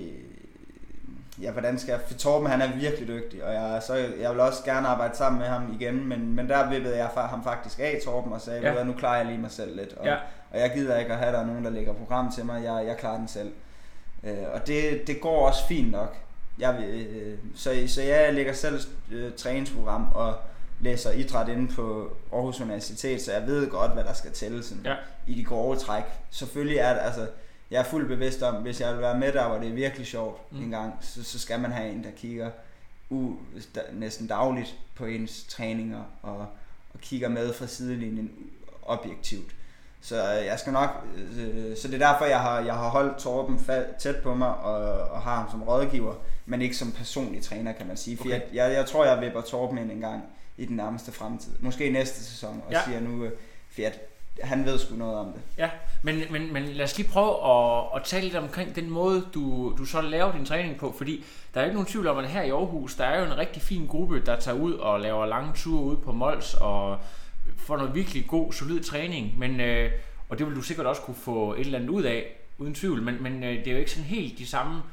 Speaker 6: Ja, hvordan skal jeg... For Torben, han er virkelig dygtig, og jeg, så, jeg vil også gerne arbejde sammen med ham igen, men, men der vippede jeg ham faktisk af, Torben, og sagde, ja. nu klarer jeg lige mig selv lidt, og, ja. og jeg gider ikke at have, der er nogen, der lægger program til mig, jeg, jeg klarer den selv. Øh, og det, det går også fint nok. Jeg, øh, så, så jeg lægger selv øh, træningsprogram og læser idræt inde på Aarhus Universitet, så jeg ved godt, hvad der skal til sådan, ja. i de grove træk. Selvfølgelig er det, altså... Jeg er fuldt bevidst om, hvis jeg vil være med der, hvor det er virkelig sjovt mm. en gang, så, så skal man have en, der kigger u, da, næsten dagligt på ens træninger og, og kigger med fra sidelinjen objektivt. Så jeg skal nok, øh, så det er derfor, jeg har, jeg har holdt Torben tæt på mig og, og har ham som rådgiver, men ikke som personlig træner, kan man sige. For okay. jeg, jeg, jeg tror, jeg vipper Torben ind en gang i den nærmeste fremtid. Måske næste sæson, og ja. siger nu, for at han ved sgu noget om det.
Speaker 5: Ja, men, men, men lad os lige prøve at, at tale lidt omkring den måde, du, du så laver din træning på, fordi der er ikke nogen tvivl om, at her i Aarhus, der er jo en rigtig fin gruppe, der tager ud og laver lange ture ude på Mols og får noget virkelig god, solid træning, men, øh, og det vil du sikkert også kunne få et eller andet ud af, uden tvivl, men, men øh, det er jo ikke sådan helt de samme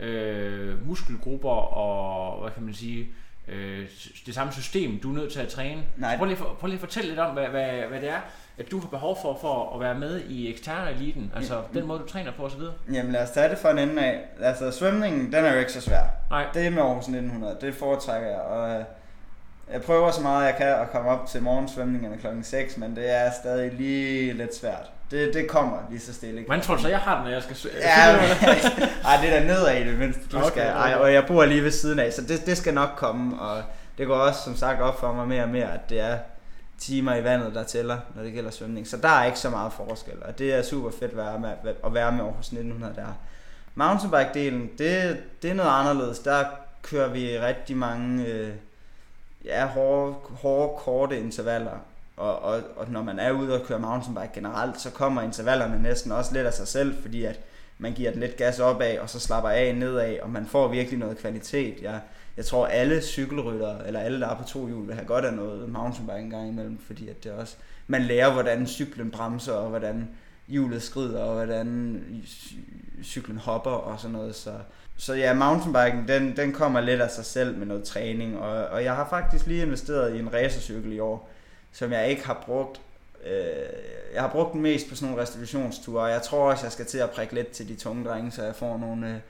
Speaker 5: øh, muskelgrupper og, hvad kan man sige, øh, det samme system, du er nødt til at træne. Nej. Prøv lige, for, prøv lige at fortælle lidt om, hvad, hvad, hvad det er, at du har behov for, for at være med i eksterne eliten, altså ja. den måde du træner på osv.
Speaker 6: Jamen lad os tage det fra en ende af. Altså svømningen, den er jo ikke så svær.
Speaker 5: Nej.
Speaker 6: Det er med Aarhus nitten hundrede, det foretrækker jeg, og jeg prøver så meget jeg kan at komme op til morgensvømningerne klokken seks, men det er stadig lige lidt svært. Det, det kommer lige så stille.
Speaker 5: Man tror så jeg har den, når jeg skal svømme?
Speaker 6: Ja, ej, det er der nedad i det mindste, du okay, skal. Ej, og jeg bor lige ved siden af, så det, det skal nok komme, og det går også som sagt op for mig mere og mere, at det er timer i vandet, der tæller, når det gælder svømning. Så der er ikke så meget forskel, og det er super fedt at være med, at være med Aarhus nitten hundrede der. Mountainbike-delen, det, det er noget anderledes. Der kører vi rigtig mange øh, ja, hårde, hårde, korte intervaller. Og, og, og når man er ude og kører mountainbike generelt, så kommer intervallerne næsten også lidt af sig selv, fordi at man giver den lidt gas opad, og så slapper af nedad, og man får virkelig noget kvalitet. Jeg, jeg tror alle cykelryttere, eller alle der er på to hjul, vil have godt af noget mountainbike en gang imellem, fordi at det også, man lærer hvordan cyklen bremser, og hvordan hjulet skrider, og hvordan cyklen hopper og sådan noget. Så, så ja, mountainbiken, den, den kommer lidt af sig selv med noget træning, og, og jeg har faktisk lige investeret i en racercykel i år, som jeg ikke har brugt. Øh, jeg har brugt den mest på sådan nogle restitutionsture, og jeg tror også, jeg skal til at prikke lidt til de tunge drenge, så jeg får nogle, øh,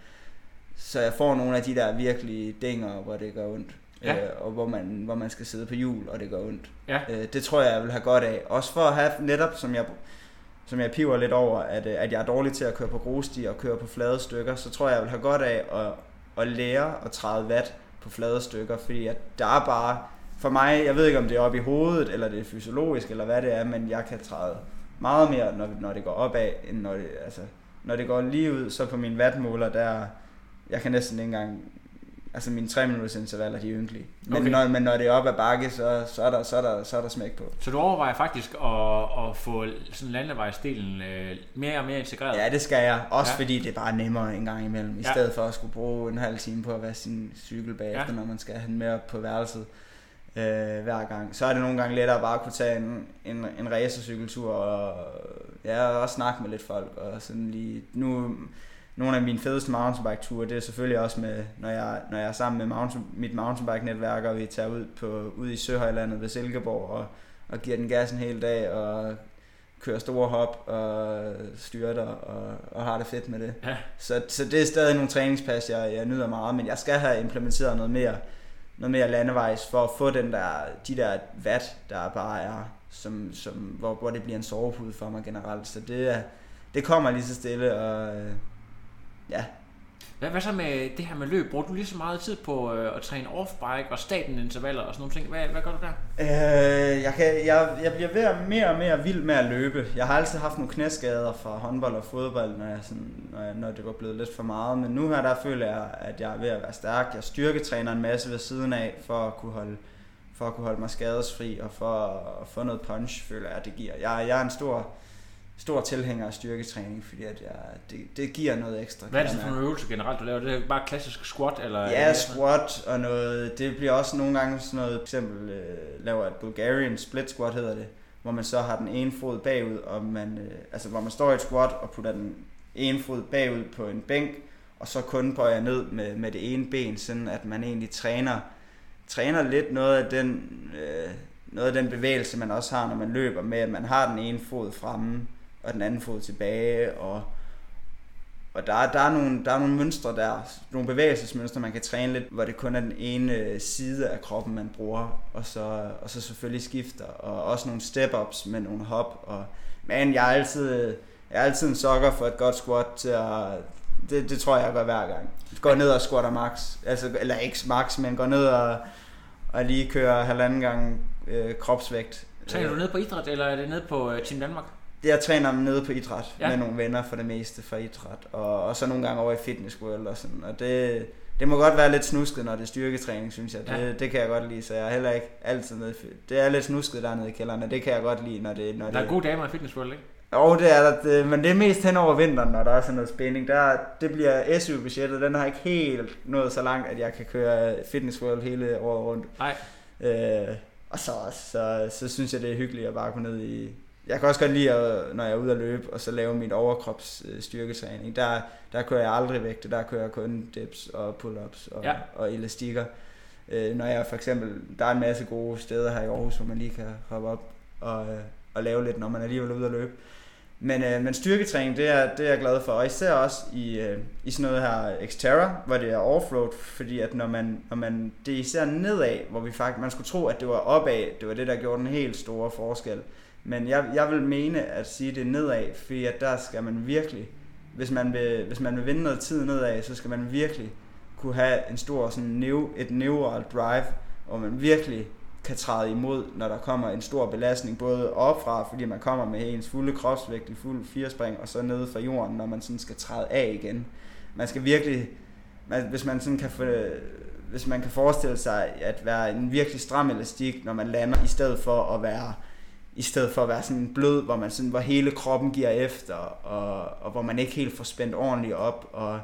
Speaker 6: så jeg får nogle af de der virkelig dinger, hvor det gør ondt. Ja. Øh, og hvor man, hvor man skal sidde på hjul, og det gør ondt. Ja. Øh, det tror jeg, jeg vil have godt af. Også for at have netop, som jeg, som jeg piver lidt over, at, at jeg er dårlig til at køre på grusstier og køre på flade stykker, så tror jeg, jeg vil have godt af at, at lære at træde vat på flade stykker, fordi at der er bare, for mig, jeg ved ikke om det er oppe i hovedet, eller det er fysiologisk, eller hvad det er, men jeg kan træde meget mere, når, når det går opad, end når det, altså, når det går lige ud, så på min wattmåler, der, jeg kan næsten ikke engang, altså mine tre minutters intervaller, de er ynkelige. Men, okay. når, men når det er op ad bakke, så, så, er der, så, er der, så er der smæk på.
Speaker 5: Så du overvejer faktisk at, at få sådan landevejsdelen øh, mere og mere integreret?
Speaker 6: Ja, det skal jeg. Også ja. Fordi det er bare nemmere en gang imellem, i ja. stedet for at skulle bruge en halv time på at være sin cykel bagefter, ja. når man skal have den med op på værelset øh, hver gang. Så er det nogle gange lettere bare at kunne tage en, en, en racercykeltur og ja, også snakke med lidt folk. Og sådan lige, nu, nogle af mine fedeste mountainbike-ture, det er selvfølgelig også med, når jeg, når jeg er sammen med mountain, mit mountainbike-netværk, og vi tager ud, på, ud i Søhøjlandet ved Silkeborg og, og giver den gas en hel dag og kører store hop og styrter og, og har det fedt med det. Ja. Så, så det er stadig nogle træningspas, jeg, jeg nyder meget, men jeg skal have implementeret noget mere, noget mere landevejs for at få den der, de der watt, der bare er, som, som, hvor, hvor det bliver en sovepude for mig generelt. Så det, det kommer lige så stille, og ja.
Speaker 5: Hvad, hvad så med det her med løb? Bruger du lige så meget tid på øh, at træne off-bike og staten intervaller og sådan nogle ting? Hvad, hvad gør du der?
Speaker 6: Øh, jeg, kan, jeg, jeg bliver ved at mere og mere vild med at løbe. Jeg har altid haft nogle knæskader fra håndbold og fodbold, når, jeg sådan, når, jeg, når det var blevet lidt for meget. Men nu her der føler jeg, at jeg er ved at være stærk. Jeg styrketræner en masse ved siden af for at kunne holde, for at kunne holde mig skadesfri, og for at få noget punch, føler jeg, at det giver. Jeg, jeg er en stor, stor tilhænger af styrketræning, fordi at jeg, det, det giver noget ekstra.
Speaker 5: Hvad er det for en øvelse generelt, du laver? Det er bare klassisk squat? Eller
Speaker 6: ja, squat og noget, det bliver også nogle gange sådan noget, for eksempel øh, laver et Bulgarian split squat hedder det, hvor man så har den ene fod bagud, og man, øh, altså hvor man står i et squat og putter den ene fod bagud på en bænk, og så kun bøjer ned med, med det ene ben, sådan at man egentlig træner, træner lidt noget af den, øh, noget af den bevægelse, man også har, når man løber, med at man har den ene fod fremme, og den anden fod tilbage, og, og der, der, er nogle, der er nogle mønstre der, nogle bevægelsesmønstre, man kan træne lidt, hvor det kun er den ene side af kroppen, man bruger, og så, og så selvfølgelig skifter, og også nogle step-ups med nogle hop, og men jeg er altid, jeg er altid en sokker for et godt squat til at, det, det tror jeg, jeg gør hver gang. Går ned og squatter max, altså, eller ikke max, men går ned og, og lige kører halvanden gang øh, kropsvægt.
Speaker 5: Træner du ned på idræt, eller er det ned på øh, Team Danmark?
Speaker 6: Jeg træner nede på idræt, ja. Med nogle venner for det meste fra idræt, og, og så nogle gange over i Fitness World og sådan, og det, det må godt være lidt snusket, når det er styrketræning, synes jeg. Det, ja. det kan jeg godt lide, så jeg er heller ikke altid nede. Det er lidt snusket dernede i kælderen, og det kan jeg godt lide, når det... Når
Speaker 5: der er
Speaker 6: det,
Speaker 5: gode damer i Fitness World, ikke?
Speaker 6: Jo, det er der, det, men det er mest hen over vinteren, når der er sådan noget spænding. Der, det bliver S U-budgettet, den har ikke helt nået så langt, at jeg kan køre Fitness World hele året rundt.
Speaker 5: Nej.
Speaker 6: Øh, og så, så, så synes jeg, det er hyggeligt at bare gå ned i... Jeg kan også godt lide, at, når jeg er ude at løbe, og så lave mit overkrops styrketræning. Der, der kører jeg aldrig vægte, der kører jeg kun dips og pull-ups og, ja. og elastikker. Øh, når jeg for eksempel, der er en masse gode steder her i Aarhus, hvor man lige kan hoppe op og, og lave lidt, når man alligevel er ude at løbe. Men, øh, men styrketræning, det er, det er jeg glad for, og især også i, øh, i sådan noget her Xterra, hvor det er offroad, fordi at når man, når man, det er især nedad, hvor vi faktisk, man skulle tro, at det var opad, det var det, der gjorde den helt store forskel. Men jeg, jeg vil mene at sige det nedad, fordi at der skal man virkelig, hvis man vil, hvis man vil vinde noget tid nedad, så skal man virkelig kunne have en stor sådan neu, et neuralt drive, hvor man virkelig kan træde imod, når der kommer en stor belastning, både opfra, fordi man kommer med ens fulde kropsvægt i fuld firespring, og så nede fra jorden, når man sådan skal træde af igen. Man skal virkelig, man, hvis man sådan kan få, hvis man kan forestille sig at være en virkelig stram elastik, når man lander, i stedet for at være i stedet for at være sådan blød, hvor man sådan, hvor hele kroppen giver efter, og, og hvor man ikke helt får spændt ordentligt op, og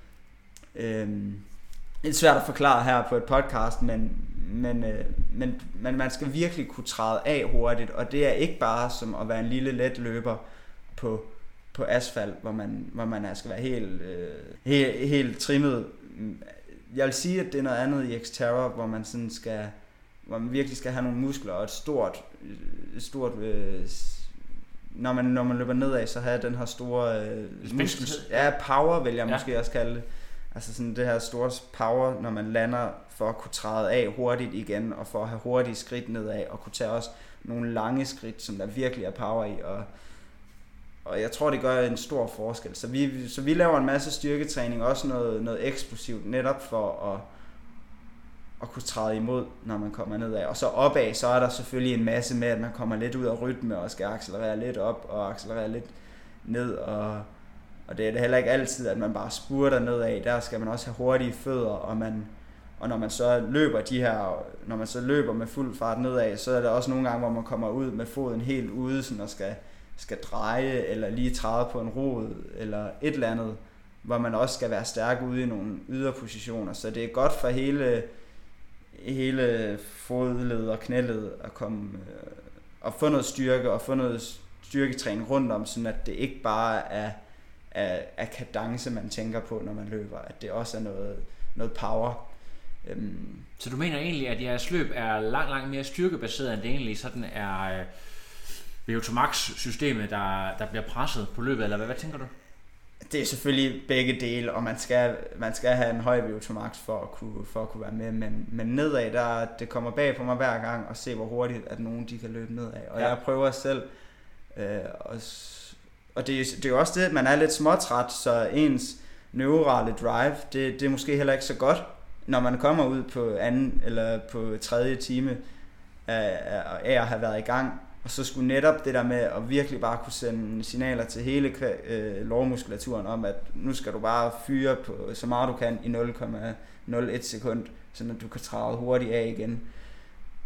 Speaker 6: øhm, det er svært at forklare her på et podcast, men, men, øh, men, men man skal virkelig kunne træde af hurtigt, og det er ikke bare som at være en lille let løber på, på asfalt, hvor man, hvor man skal være helt, øh, helt, helt trimmet. Jeg vil sige, at det er noget andet i Xterra, hvor man sådan skal, hvor man virkelig skal have nogle muskler og et stort, et stort øh, når man når man løber nedad, så har den her store øh, muskel, ja, power vil jeg ja. måske også kalde det. Altså sådan det her store power, når man lander, for at kunne træde af hurtigt igen, og for at have hurtige skridt nedad, og kunne tage også nogle lange skridt, som der virkelig er power i, og, og jeg tror, det gør en stor forskel. Så vi, så vi laver en masse styrketræning, også noget, noget eksplosivt, netop for at, at kunne træde imod, når man kommer nedad. Og så opad, så er der selvfølgelig en masse med, at man kommer lidt ud af rytme, og skal accelerere lidt op, og accelerere lidt ned, og Og det er det heller ikke altid, at man bare spurter nedad. Der skal man også have hurtige fødder, og, man, og når man så løber de her, når man så løber med fuld fart nedad, så er der også nogle gange, hvor man kommer ud med foden helt ude, sådan og skal, skal dreje, eller lige træde på en rod, eller et eller andet, hvor man også skal være stærk ude i nogle yderpositioner. Så det er godt for hele, hele fodled og knæled at komme og få noget styrke, og få noget styrketræning rundt om, sådan at det ikke bare er af, af kadence, man tænker på, når man løber, at det også er noget, noget power. Øhm.
Speaker 5: Så du mener egentlig, at jeres løb er langt, langt mere styrkebaseret, end det egentlig sådan er øh, V O to Max-systemet, der, der bliver presset på løbet, eller hvad, hvad tænker du?
Speaker 6: Det er selvfølgelig begge dele, og man skal, man skal have en høj V O to Max for at kunne, for at kunne være med, men, men nedad, der, det kommer bag på mig hver gang, og se hvor hurtigt, at nogen de kan løbe nedad. Og ja. jeg prøver selv øh, at Og det er, det er jo også det, at man er lidt småtræt, så ens neurale drive, det, det er måske heller ikke så godt, når man kommer ud på anden eller på tredje time af, af at have været i gang. Og så skulle netop det der med at virkelig bare kunne sende signaler til hele øh, lårmuskulaturen om, at nu skal du bare fyre på så meget du kan i nul komma nul et sekund, så du kan træde hurtigt af igen.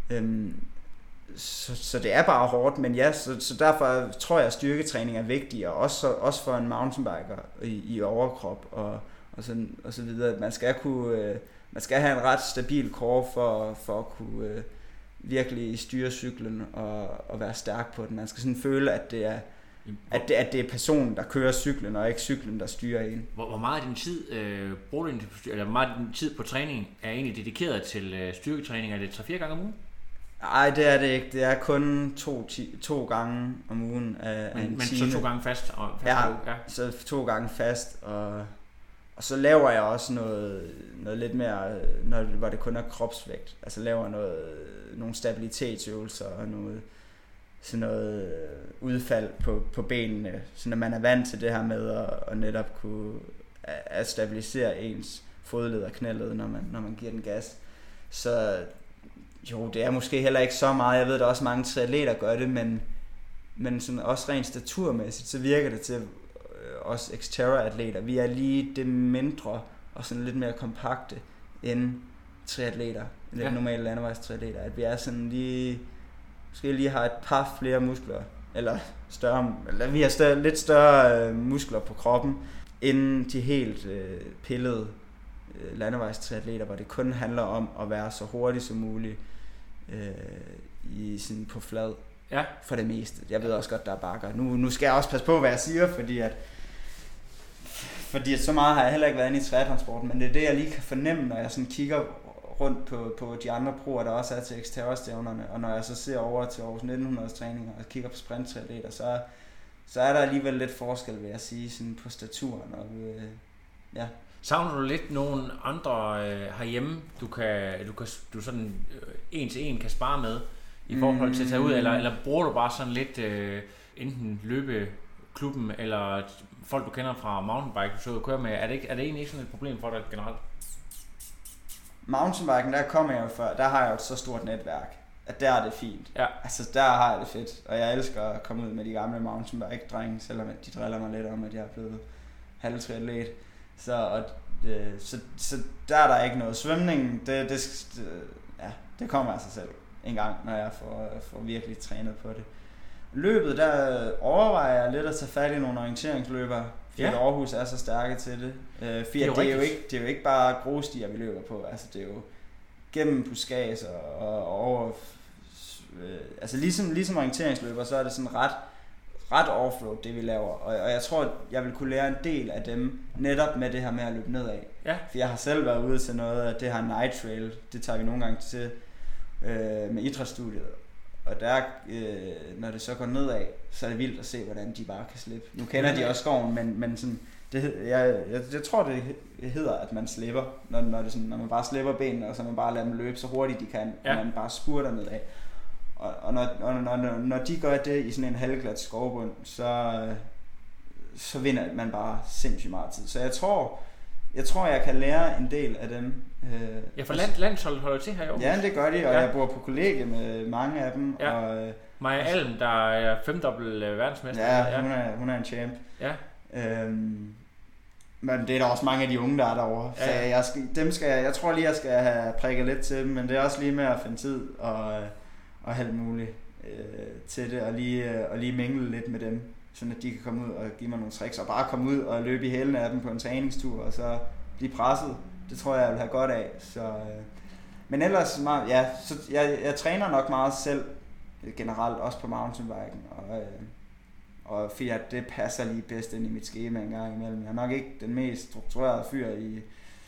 Speaker 6: Øhm, så, så det er bare hårdt, men ja, så, så derfor tror jeg, at styrketræning er vigtig, og også, også for en mountainbiker i, i overkrop og, og, sådan, og så videre. Man skal kunne, øh, man skal have en ret stabil core for, for at kunne øh, virkelig styre cyklen og, og være stærk på den. Man skal sådan føle, at det er At det, at det er personen, der kører cyklen, og ikke cyklen, der styrer en.
Speaker 5: Hvor, hvor meget af din tid, øh, bruger du din, eller hvor meget af din tid på træning er egentlig dedikeret til øh, styrketræning? Er det tre-fire gange om ugen?
Speaker 6: Nej, det er det ikke. Det er kun to, ti, to gange om ugen af,
Speaker 5: men,
Speaker 6: af en
Speaker 5: men
Speaker 6: time.
Speaker 5: så to gange fast? Og fast
Speaker 6: ja,
Speaker 5: uge, ja,
Speaker 6: så to gange fast. Og, og så laver jeg også noget, noget lidt mere, når, hvor det kun er kropsvægt. Altså laver noget, nogle stabilitetsøvelser og noget, sådan noget udfald på, på benene, så når man er vant til det her med at, at netop kunne at stabilisere ens fodled og knæled, når man, når man giver den gas. Så jo, det er måske heller ikke så meget. Jeg ved, der også mange triatleter gør det, men, men sådan også rent staturmæssigt, så virker det til øh, os Xterra-atleter. Vi er lige det mindre og sådan lidt mere kompakte end triatleter, end ja. normale landevejstriatleter. At vi er sådan lige, måske lige har et par flere muskler, eller større, eller vi har større, lidt større øh, muskler på kroppen, end de helt øh, pillede øh, landevejstriatleter, hvor det kun handler om at være så hurtig som muligt øh, i, sådan på flad.
Speaker 5: Ja. For
Speaker 6: det meste. Jeg ved også godt, der er bakker. Nu, nu skal jeg også passe på, hvad jeg siger, fordi at, fordi at så meget har jeg heller ikke været inde i triathlonsporten, men det er det, jeg lige kan fornemme, når jeg sådan kigger rundt på, på de andre proer, der også er til Xterra-stævnerne, og når jeg så ser over til Aarhus nitten hundrede træninger og kigger på sprinttriatleter, så, så er der alligevel lidt forskel, vil jeg sige, sådan på staturen. Og, øh, ja.
Speaker 5: Savner du lidt nogle andre øh, herhjemme, du kan, du kan du sådan øh, en til en kan spare med i forhold til at tage ud, eller, eller bruger du bare sådan lidt øh, enten løbeklubben eller folk du kender fra mountainbike, du så du kører med, er det, ikke, er det egentlig ikke sådan et problem for dig generelt?
Speaker 6: Mountainbiken, der kommer jeg jo før, der har jeg jo et så stort netværk, at der er det fint.
Speaker 5: Ja.
Speaker 6: Altså der har jeg det fedt, og jeg elsker at komme ud med de gamle mountainbike-drenge, selvom de driller mig lidt om, at jeg er blevet halvtriatlet. Så, og, øh, så, så der er der ikke noget. Svømning, det, det, det, ja, det kommer af sig selv en gang, når jeg får, får virkelig trænet på det. Løbet, der overvejer jeg lidt at tage fat i nogle orienteringsløbere, fordi ja. Aarhus er så stærke til det. Øh, fordi det, er det, er jo ikke, det er jo ikke bare grusstier, vi løber på. Altså, det er jo gennem buskads og, og over... Øh, altså ligesom, ligesom orienteringsløber, så er det sådan ret, ret offroad, det vi laver. Og, og jeg tror, at jeg vil kunne lære en del af dem, netop med det her med at løbe nedad.
Speaker 5: Ja.
Speaker 6: For jeg har selv været ude til noget af det her night trail. Det tager vi nogle gange til øh, med idrætsstudiet. Og der, øh, når det så går nedad, så er det vildt at se, hvordan de bare kan slippe. Nu kender de også skoven, men, men sådan, det, jeg, jeg, jeg tror, det hedder, at man slipper, når, når, det sådan, når man bare slipper benene, og så man bare lader dem løbe så hurtigt de kan, ja. Og man bare spurter nedad. Og, og når, når, når, når de gør det i sådan en halvglat skovbund, så, så vinder man bare sindssygt meget tid. Så jeg tror, jeg tror, jeg kan lære en del af dem. Øh,
Speaker 5: ja, for land, landsholdet holder til her i Aarhus.
Speaker 6: Ja, det gør de, og
Speaker 5: ja.
Speaker 6: Jeg bor på kollegie med mange af dem.
Speaker 5: Ja.
Speaker 6: Og,
Speaker 5: Maja Alm, der er femdobbelt verdensmester.
Speaker 6: Ja, hun er, hun er en champ.
Speaker 5: Ja.
Speaker 6: Øhm, men det er der også mange af de unge, der er derovre.
Speaker 5: Ja.
Speaker 6: Så jeg, skal, dem skal jeg, jeg tror lige, jeg skal have prikket lidt til dem, men det er også lige med at finde tid og, og alt muligt øh, til det, og lige, og lige mingle lidt med dem, sådan at de kan komme ud og give mig nogle tricks, og bare komme ud og løbe i hælene af dem på en træningstur, og så blive presset. Det tror jeg, jeg vil have godt af. Så, øh, men ellers, meget, ja, så jeg, jeg træner nok meget selv, generelt også på mountainbiken, og, øh, og fordi at det passer lige bedst ind i mit skema en gang imellem. Jeg er nok ikke den mest strukturerede fyr i,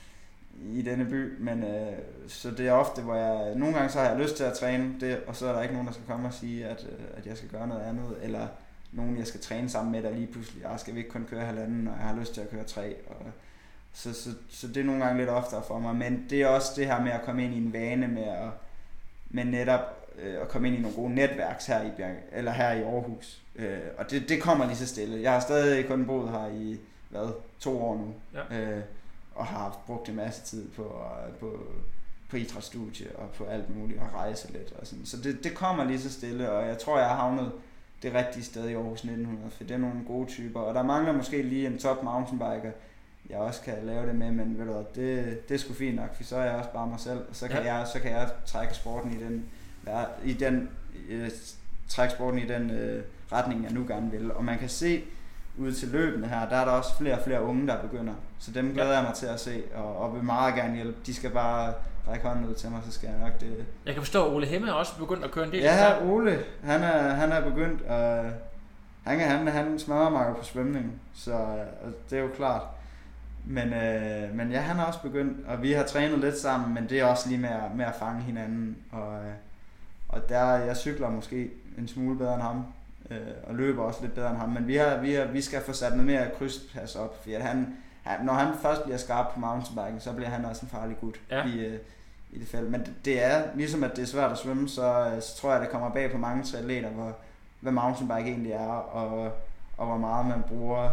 Speaker 6: i denne by, men øh, så det er ofte, hvor jeg, nogle gange så har jeg lyst til at træne det, og så er der ikke nogen, der skal komme og sige, at, at jeg skal gøre noget andet, eller nogen, jeg skal træne sammen med, der lige pludselig, jeg skal vi ikke kun køre halvanden, og jeg har lyst til at køre tre, og Så, så, så det er nogle gange lidt oftere for mig, men det er også det her med at komme ind i en vane med at, med netop øh, at komme ind i nogle gode netværks her i Bjerg, eller her i Aarhus. Øh, og det, det kommer lige så stille. Jeg har stadig kun boet her i hvad, to år nu, ja. øh, og har haft brugt en masse tid på, på, på idrætsstudie og på alt muligt, og rejse lidt og sådan. Så det, det kommer lige så stille, og jeg tror, jeg har havnet det rigtige sted i Aarhus nitten hundrede, for det er nogle gode typer, og der mangler måske lige en top mountainbiker, jeg også kan lave det med, men ved du hvad, det, det er sgu fint nok, for så er jeg også bare mig selv, og så kan, ja. jeg, så kan jeg trække sporten i den i den øh, trække sporten i den øh, retning, jeg nu gerne vil. Og man kan se ude til løbende her, der er der også flere og flere unge, der begynder. Så dem glæder jeg mig til at se, og, og vil meget gerne hjælpe. De skal bare række hånden ud til mig, så skal jeg nok det.
Speaker 5: Jeg kan forstå, at Ole Hemme er også begyndt at køre en del.
Speaker 6: Ja, Ole, han er, han er begyndt, og han, han, han smadrer mig på svømning, så det er jo klart. Men, øh, men ja, han er også begyndt, og vi har trænet lidt sammen, men det er også lige med at, med at fange hinanden. Og, og der, jeg cykler måske en smule bedre end ham, øh, og løber også lidt bedre end ham, men vi, har, vi, har, vi skal få sat noget mere krydspas op, fordi at han, han, når han først bliver skarp på mountainbiken, så bliver han også en farlig gut ja. i, øh, i det felt. Men det, det er, ligesom at det er svært at svømme, så, så tror jeg, det kommer bag på mange triatleter, hvor, hvad mountainbike egentlig er, og, og hvor meget man bruger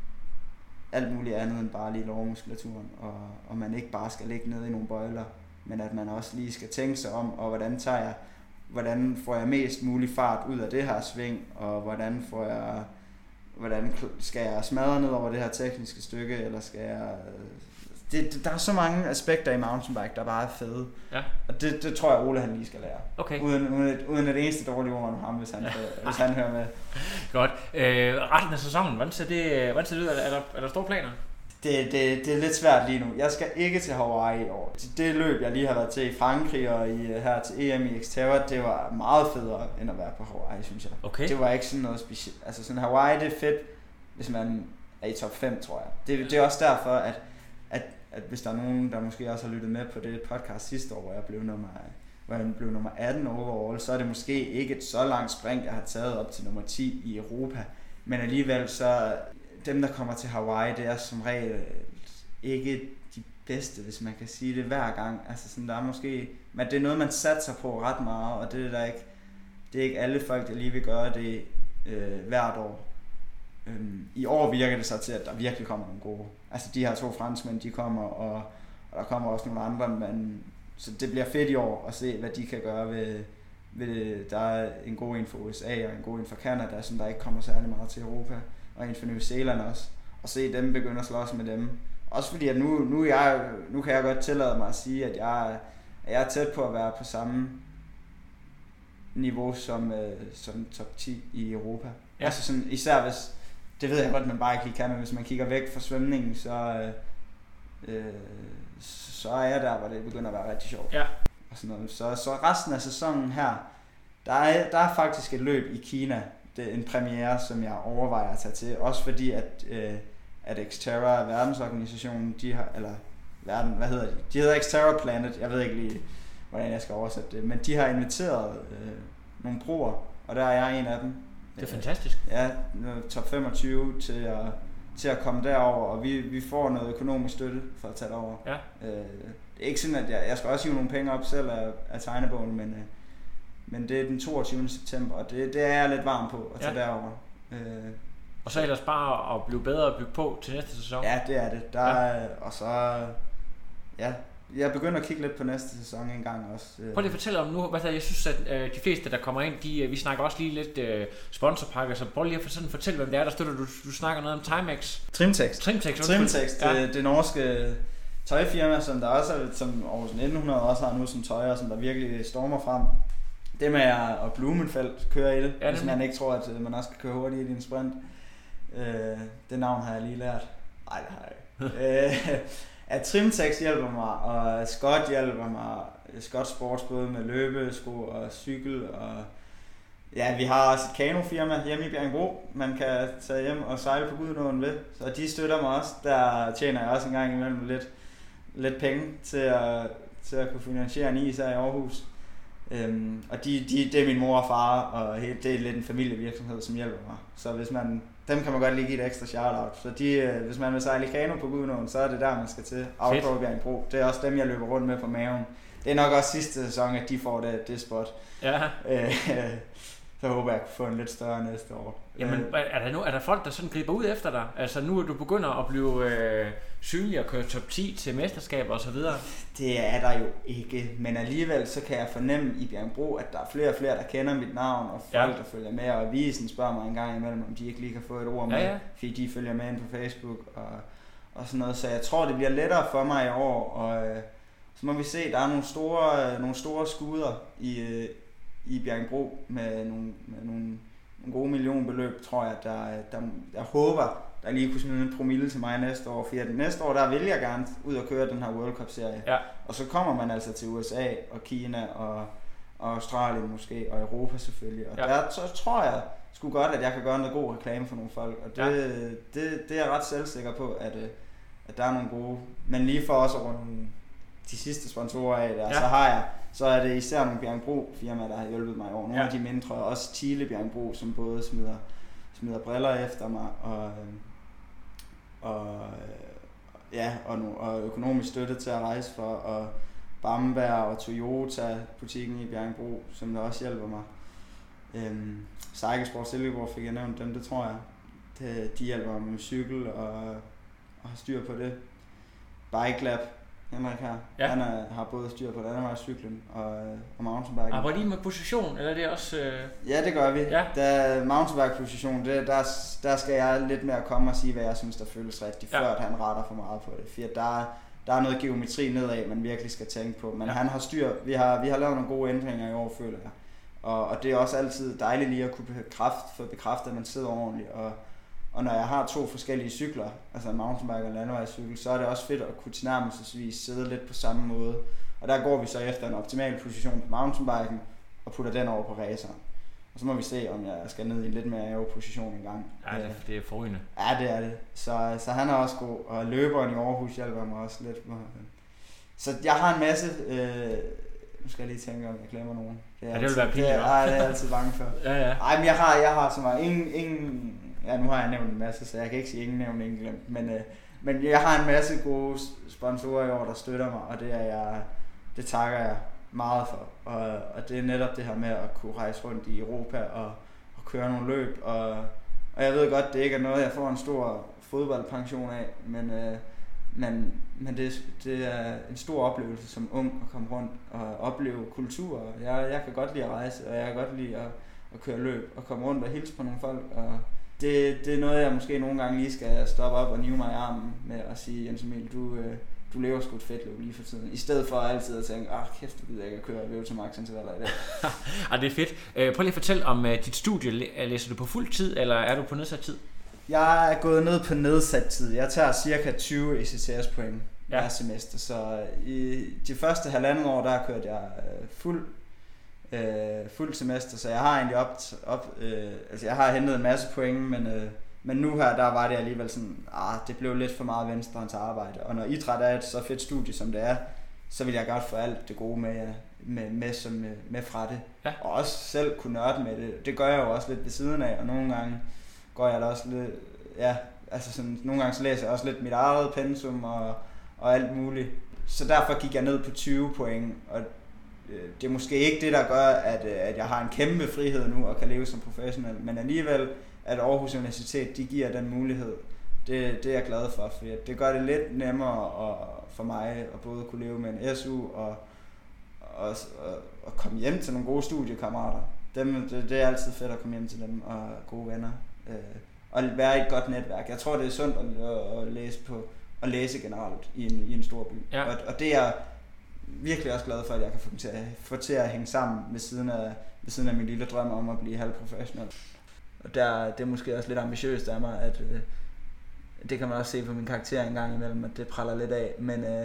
Speaker 6: alt muligt andet end bare lige lårmuskulaturen, og, og man ikke bare skal ligge nede i nogle bøjler, men at man også lige skal tænke sig om, og hvordan tager jeg, hvordan får jeg mest mulig fart ud af det her sving, og hvordan får jeg, hvordan skal jeg smadre ned over det her tekniske stykke, eller skal jeg, det, det, der er så mange aspekter i mountainbike, der bare er fede,
Speaker 5: ja.
Speaker 6: Og det, det tror jeg, Ole han lige skal lære,
Speaker 5: okay.
Speaker 6: uden, uden, et, uden et eneste dårligt ord om ham, hvis han, hvis han hører med.
Speaker 5: Godt. Øh, resten af sæsonen, hvordan ser det, hvordan ser det ud? Er der, er der store planer?
Speaker 6: Det, det, det er lidt svært lige nu. Jeg skal ikke til Hawaii i år. Det løb, jeg lige har været til i Frankrig og i, her til E M i Xterra, det var meget federe end at være på Hawaii, synes jeg.
Speaker 5: Okay.
Speaker 6: Det var ikke sådan noget specielt. Altså sådan Hawaii, det er fedt, hvis man er i top fem, tror jeg. Det, det er også derfor, at, at, at hvis der er nogen, der måske også har lyttet med på det podcast sidste år, hvor jeg blev nummer, hvor jeg blev nummer atten overall, så er det måske ikke et så langt spring, jeg har taget op til nummer ti i Europa. Men alligevel så dem, der kommer til Hawaii, det er som regel ikke de bedste, hvis man kan sige det hver gang. Altså sådan, der er måske, men det er noget, man satser på ret meget, og det er der ikke, det er ikke alle folk, der lige vil gøre det øh, hvert år. Øhm, I år virker det så til, at der virkelig kommer nogle gode. Altså de her to franskmænd, de kommer, og, og der kommer også nogle andre, men så det bliver fedt i år at se, hvad de kan gøre ved, ved der er en god en for U S A og en god en for Canada, som der ikke kommer særlig meget til Europa. Og en for New Zealand også, og se dem begynde at slås med dem. Også fordi, at nu, nu, jeg, nu kan jeg godt tillade mig at sige, at jeg, at jeg er tæt på at være på samme niveau som, øh, som top ti i Europa. Ja. Altså sådan, især hvis, det ved jeg godt, man bare ikke lige kan, men hvis man kigger væk fra svømningen, så, øh, så er jeg der, hvor det begynder at være rigtig sjovt.
Speaker 5: Ja.
Speaker 6: Og sådan noget. Så, så resten af sæsonen her, der er, der er faktisk et løb i Kina, det er en premiere, som jeg overvejer at tage til, også fordi at, øh, at Xterra, verdensorganisationen, de har, eller verden, hvad hedder de? De hedder Xterra Planet, jeg ved ikke lige, hvordan jeg skal oversætte det, men de har inviteret øh, nogle proer, og der er jeg en af dem.
Speaker 5: Det er øh, fantastisk.
Speaker 6: Ja, top femogtyve til at, til at komme derover, og vi, vi får noget økonomisk støtte for at tage derover.
Speaker 5: Ja.
Speaker 6: Øh, det er ikke sådan, at jeg, jeg skal også hive nogle penge op selv af, af tegnebogen, men øh, Men det er den toogtyvende september, og det, det er jeg lidt varm på at tage ja. derover. Øh,
Speaker 5: og så ellers bare at blive bedre og bygge på til næste sæson?
Speaker 6: Ja, det er det. Der ja. er, og så, ja, jeg begynder at kigge lidt på næste sæson en gang også.
Speaker 5: Prøv lige at fortælle om nu, hvad der, jeg synes, at øh, de fleste, der kommer ind, de, vi snakker også lige lidt øh, sponsorpakker, så prøv lige at sådan fortælle, hvem det er, der støtter. Du, du snakker noget om Timex.
Speaker 6: Trimtex.
Speaker 5: Trimtex,
Speaker 6: Trimtex, det, ja. det norske tøjfirma, som der også er, som Aarhus nitten hundrede også har nu som tøjer, som der virkelig stormer frem. Det med at, at Blumenfeldt kører i det, ja, hvis man ikke tror, at man også kan køre hurtigt i din sprint. Øh, det navn har jeg lige lært. Nej, det har jeg ikke. øh, at Trimtex hjælper mig, og Scott hjælper mig. Scott Sports både med løbesko og cykel. Og ja, vi har også et kanofirma hjemme i Bjerringbro, man kan tage hjem og sejle på Gudenåen ved. Så de støtter mig også. Der tjener jeg også en gang imellem lidt, lidt penge til at, til at kunne finansiere en is her i Aarhus. Øhm, og de, de, det er min mor og far, og helt, det er lidt en familievirksomhed, som hjælper mig. Så hvis man, dem kan man godt lige give et ekstra shout-out. Så de, hvis man vil sejle i kano på Gudenåen, så er det der, man skal til. Outdoor Bjerringbro. Det er også dem, jeg løber rundt med på maven. Det er nok også sidste sæson, at de får det, det spot. Ja. Øh, så håber jeg at få en lidt større næste år.
Speaker 5: Jamen, er der, nu, er der folk, der sådan griber ud efter dig? Altså nu er du begynder at blive øh, synlig og køre top ti til mesterskaber og så videre.
Speaker 6: Det er der jo ikke, men alligevel så kan jeg fornemme i Bjerringbro, at der er flere og flere, der kender mit navn, og folk, ja. der følger med, og avisen spørger mig en gang imellem, om de ikke lige kan få et ord med, ja, ja. fordi de følger med ind på Facebook og, og sådan noget. Så jeg tror, det bliver lettere for mig i år, og øh, så må vi se, der er nogle store, nogle store skuder i, i Bjerringbro med nogle, med nogle, nogle gode millionbeløb, tror jeg, der, der, jeg håber, der lige kunne smide en promille til mig næste år. For næste år, der vil jeg gerne ud og køre den her World Cup-serie.
Speaker 5: Ja. Og
Speaker 6: så kommer man altså til U S A og Kina og, og Australien måske, og Europa selvfølgelig. Og ja. der så tror jeg sgu godt, at jeg kan gøre noget god reklame for nogle folk. Og det, ja. det, det, det er jeg ret selvsikker på, at, at der er nogle gode. Men lige for os at runde de sidste sponsorer af der, ja. så har jeg, så er det især nogle Bjerringbro firmaer, der har hjulpet mig over. Nogle ja. af de mindre, også Thiele Bjerringbro, som både smider, smider briller efter mig, og, og, ja, og, no, og økonomisk støtte til at rejse for, og Bamberg og Toyota butikken i Bjerringbro, som der også hjælper mig. Øhm, Cykelsport Silkeborg fik jeg nævnt dem, det tror jeg. Det, de hjælper mig med cykel og, og har styr på det. Bike Lab, Henrik her, ja. han er, har både styr på landevejscyklen og, og mountainbike.
Speaker 5: Arbejder I med position, eller er det også... Øh...
Speaker 6: Ja, det gør vi. Ja. Da mountainbike-position, det, der, der skal jeg lidt mere komme og sige, hvad jeg synes, der føles rigtigt, ja. før at han retter for meget på det. For der, der er noget geometri nedad, man virkelig skal tænke på. Men ja. han har styr, vi har, vi har lavet nogle gode ændringer i år, føler jeg. Og, og det er også altid dejligt lige at kunne bekræfte, for at bekræfte, at man sidder ordentligt. Og, og når jeg har to forskellige cykler, altså en mountainbike og en landevejscykel, så er det også fedt at kunne tilnærmelsesvis sidde lidt på samme måde. Og der går vi så efter en optimal position på mountainbiken og putter den over på raceren. Og så må vi se, om jeg skal ned i en lidt mere aero-position en gang.
Speaker 5: Ja, det, det er forrygende.
Speaker 6: Ja, det er det. Så, så han er også god, og løberen i Aarhus hjælper mig også lidt. Så jeg har en masse... Øh, nu skal jeg lige tænke, om jeg glemmer nogen.
Speaker 5: Det er ja, det vil være pinligt.
Speaker 6: Nej, det er jeg altid bange for.
Speaker 5: ja, ja.
Speaker 6: Ej, men jeg har, jeg har så meget. Ingen, ingen, ja, nu har jeg nævnt en masse, så jeg kan ikke sige ingen nævnt, ingen glemt. Men, øh, men jeg har en masse gode sponsorer i år, der støtter mig, og det er jeg, det takker jeg meget for. Og, og det er netop det her med at kunne rejse rundt i Europa og, og køre nogle løb. Og, og jeg ved godt, det ikke er noget, jeg får en stor fodboldpension af, men... Øh, Men, men det, det er en stor oplevelse som ung at komme rundt og opleve kultur. Jeg, jeg kan godt lide at rejse, og jeg kan godt lide at, at køre løb og komme rundt og hilse på nogle folk. Og det, det er noget, jeg måske nogle gange lige skal stoppe op og nive mig i armen med at sige, Jens Emil, du, du lever sgu et fedt løb lige for tiden. I stedet for altid at tænke, ah kæft, du gider ikke at køre og løbe til max-intervaller i dag.
Speaker 5: ah, det er fedt. Uh, prøv lige at fortælle om uh, dit studie. Læser du på fuld tid, eller er du på nedsat tid?
Speaker 6: Jeg er gået ned på nedsat tid. Jeg tager cirka tyve E C T S point hver ja. semester, så i de første halvandet år, der kørte jeg fuld, øh, fuld semester, så jeg har egentlig op, op øh, altså jeg har hentet en masse point, men, øh, men nu her, der var det alligevel sådan, ah, det blev lidt for meget venstrehånds arbejde, og når idræt er et så fedt studie, som det er, så vil jeg godt få alt det gode med, med, med, som, med, med fra det, ja. og også selv kunne nørde med det. Det gør jeg jo også lidt ved siden af, og nogle gange går jeg da også lidt, ja, altså sådan, nogle gange så læser jeg også lidt mit eget pensum og, og alt muligt. Så derfor gik jeg ned på tyve point, og øh, det er måske ikke det, der gør, at, at jeg har en kæmpe frihed nu og kan leve som professionel, men alligevel, at Aarhus Universitet, de giver den mulighed, det, det er jeg glad for, for det gør det lidt nemmere at, for mig at både kunne leve med en S U og, og, og, og komme hjem til nogle gode studiekammerater. Dem, det, det er altid fedt at komme hjem til dem og gode venner. Øh, og være i et godt netværk. Jeg tror, det er sundt at, at læse på at læse generelt i en, i en stor by. Ja. Og, og det er jeg virkelig også glad for, at jeg kan få til at, få til at hænge sammen ved siden af, ved siden af min lille drøm om at blive halvprofessionel. Og der, det er måske også lidt ambitiøst af mig, at øh, det kan man også se på min karakter en gang imellem, at det praller lidt af, men, øh,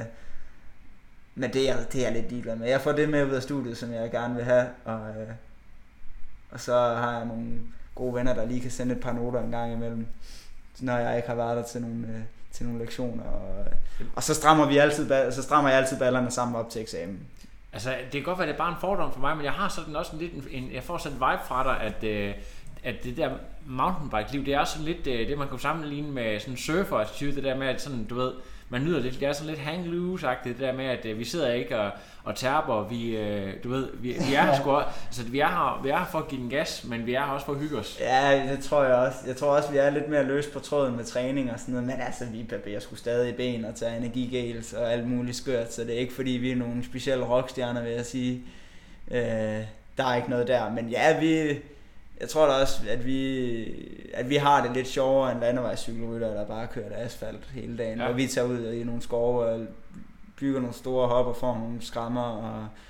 Speaker 6: men det, er, det er jeg lidt ligeglad med. Jeg får det med ud af studiet, som jeg gerne vil have, og, øh, og så har jeg nogle gode venner, der lige kan sende et par noter en gang imellem, når jeg ikke har været der til nogle, øh, til nogle lektioner. Og, og så, strammer vi altid, så strammer jeg altid ballerne sammen op til eksamen.
Speaker 5: Altså, det kan godt være, det er bare en fordom for mig, men jeg har sådan også en lidt en, jeg får sådan en vibe fra dig, at, øh, at det der mountainbike-liv, det er sådan lidt øh, det, man kan sammenligne med sådan surfer-attitude, det der med, at sådan, du ved, man nyder lidt, det er sådan lidt hang loose-agtigt, det der med, at øh, vi sidder ikke og, og terper, vi, øh, du ved, vi, vi er her sgu, altså vi er her, vi er her for at give den gas, men vi er her også for at hygge os.
Speaker 6: Ja, det tror jeg også. Jeg tror også, vi er lidt mere løs på tråden med træning og sådan noget, men altså, vi barberer sgu stadig ben og tager energigels og alt muligt skørt, så det er ikke fordi, vi er nogle specielle rockstjerner, vil jeg sige. Øh, der er ikke noget der, men ja, vi... Jeg tror da også, at vi, at vi har det lidt sjovere end landevejscykelrytter, der bare kører asfalt hele dagen. Ja. Og vi tager ud i nogle skove og bygger nogle store hopper, får nogle skrammer og,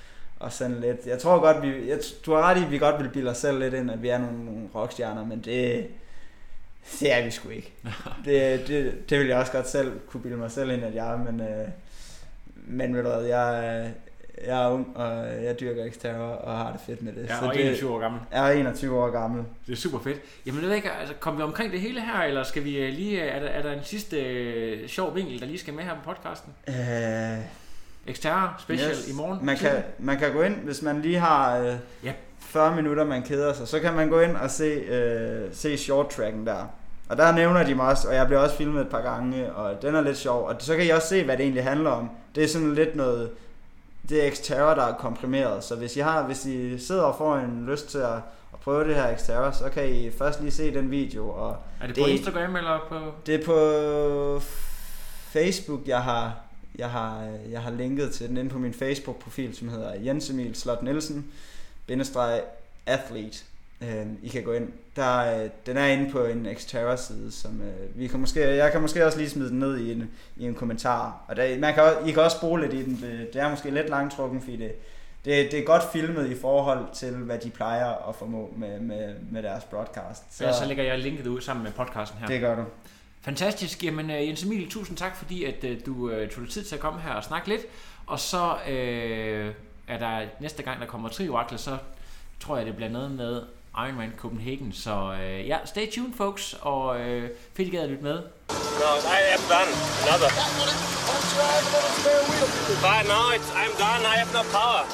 Speaker 6: og sådan lidt. Jeg tror godt, vi, jeg, du har ret i, at vi godt vil bilde os selv lidt ind, at vi er nogle, nogle rockstjerner, men det, det er vi sgu ikke. det, det, det vil jeg også godt selv kunne bilde mig selv ind, at jeg er, men, øh, men ved du hvad, jeg, jeg er ung, og jeg dyrker Xterra og har det fedt med det.
Speaker 5: Ja,
Speaker 6: så
Speaker 5: og
Speaker 6: det,
Speaker 5: enogtyve år gammel.
Speaker 6: Jeg er enogtyve år gammel.
Speaker 5: Det er super fedt. Jamen jeg ved ikke, altså, kom vi omkring det hele her, eller skal vi lige, er der, er der en sidste øh, sjov vinkel, der lige skal med her på podcasten?
Speaker 6: Øh...
Speaker 5: Xterra special
Speaker 6: yes.
Speaker 5: i morgen.
Speaker 6: Man kan, man kan gå ind, hvis man lige har øh,
Speaker 5: ja.
Speaker 6: fyrre minutter, man keder sig, så kan man gå ind og se, øh, se short tracken der. Og der nævner de mig også, og jeg bliver også filmet et par gange, og den er lidt sjov. Og så kan I også se, hvad det egentlig handler om. Det er sådan lidt noget, det er Xterra, der er komprimeret. Så hvis I, har, hvis I sidder og får en lyst til at, at prøve det her Xterra, så kan I først lige se den video. Og
Speaker 5: er det på det, Instagram eller på?
Speaker 6: Det er på Facebook, jeg har... Jeg har, jeg har linket til den inde på min Facebook-profil, som hedder Jens Emil Slot Nielsen bindestreg athlete. Øh, I kan gå ind. Der, den er inde på en Xterra-side, som øh, vi kan måske, jeg kan måske også lige smide den ned i en, i en kommentar. Og der, man kan, I kan også bruge lidt i den. Det, det er måske lidt langtrukken, fordi det, det, det er godt filmet i forhold til, hvad de plejer at formå med, med, med deres broadcast.
Speaker 5: Så, ja, så lægger jeg linket ud sammen med podcasten her.
Speaker 6: Det gør du.
Speaker 5: Fantastisk. Jamen Jens Emil, tusind tak, fordi at uh, du uh, tog dig tid til at komme her og snakke lidt. Og så uh, er der næste gang, der kommer Trioraklet, så tror jeg, det bliver noget med Ironman Copenhagen. Så uh, ja, stay tuned, folks, og uh, fedt, I gad at lytte med.
Speaker 7: No, I am done. Another. But no, it's, I'm done. I have no power.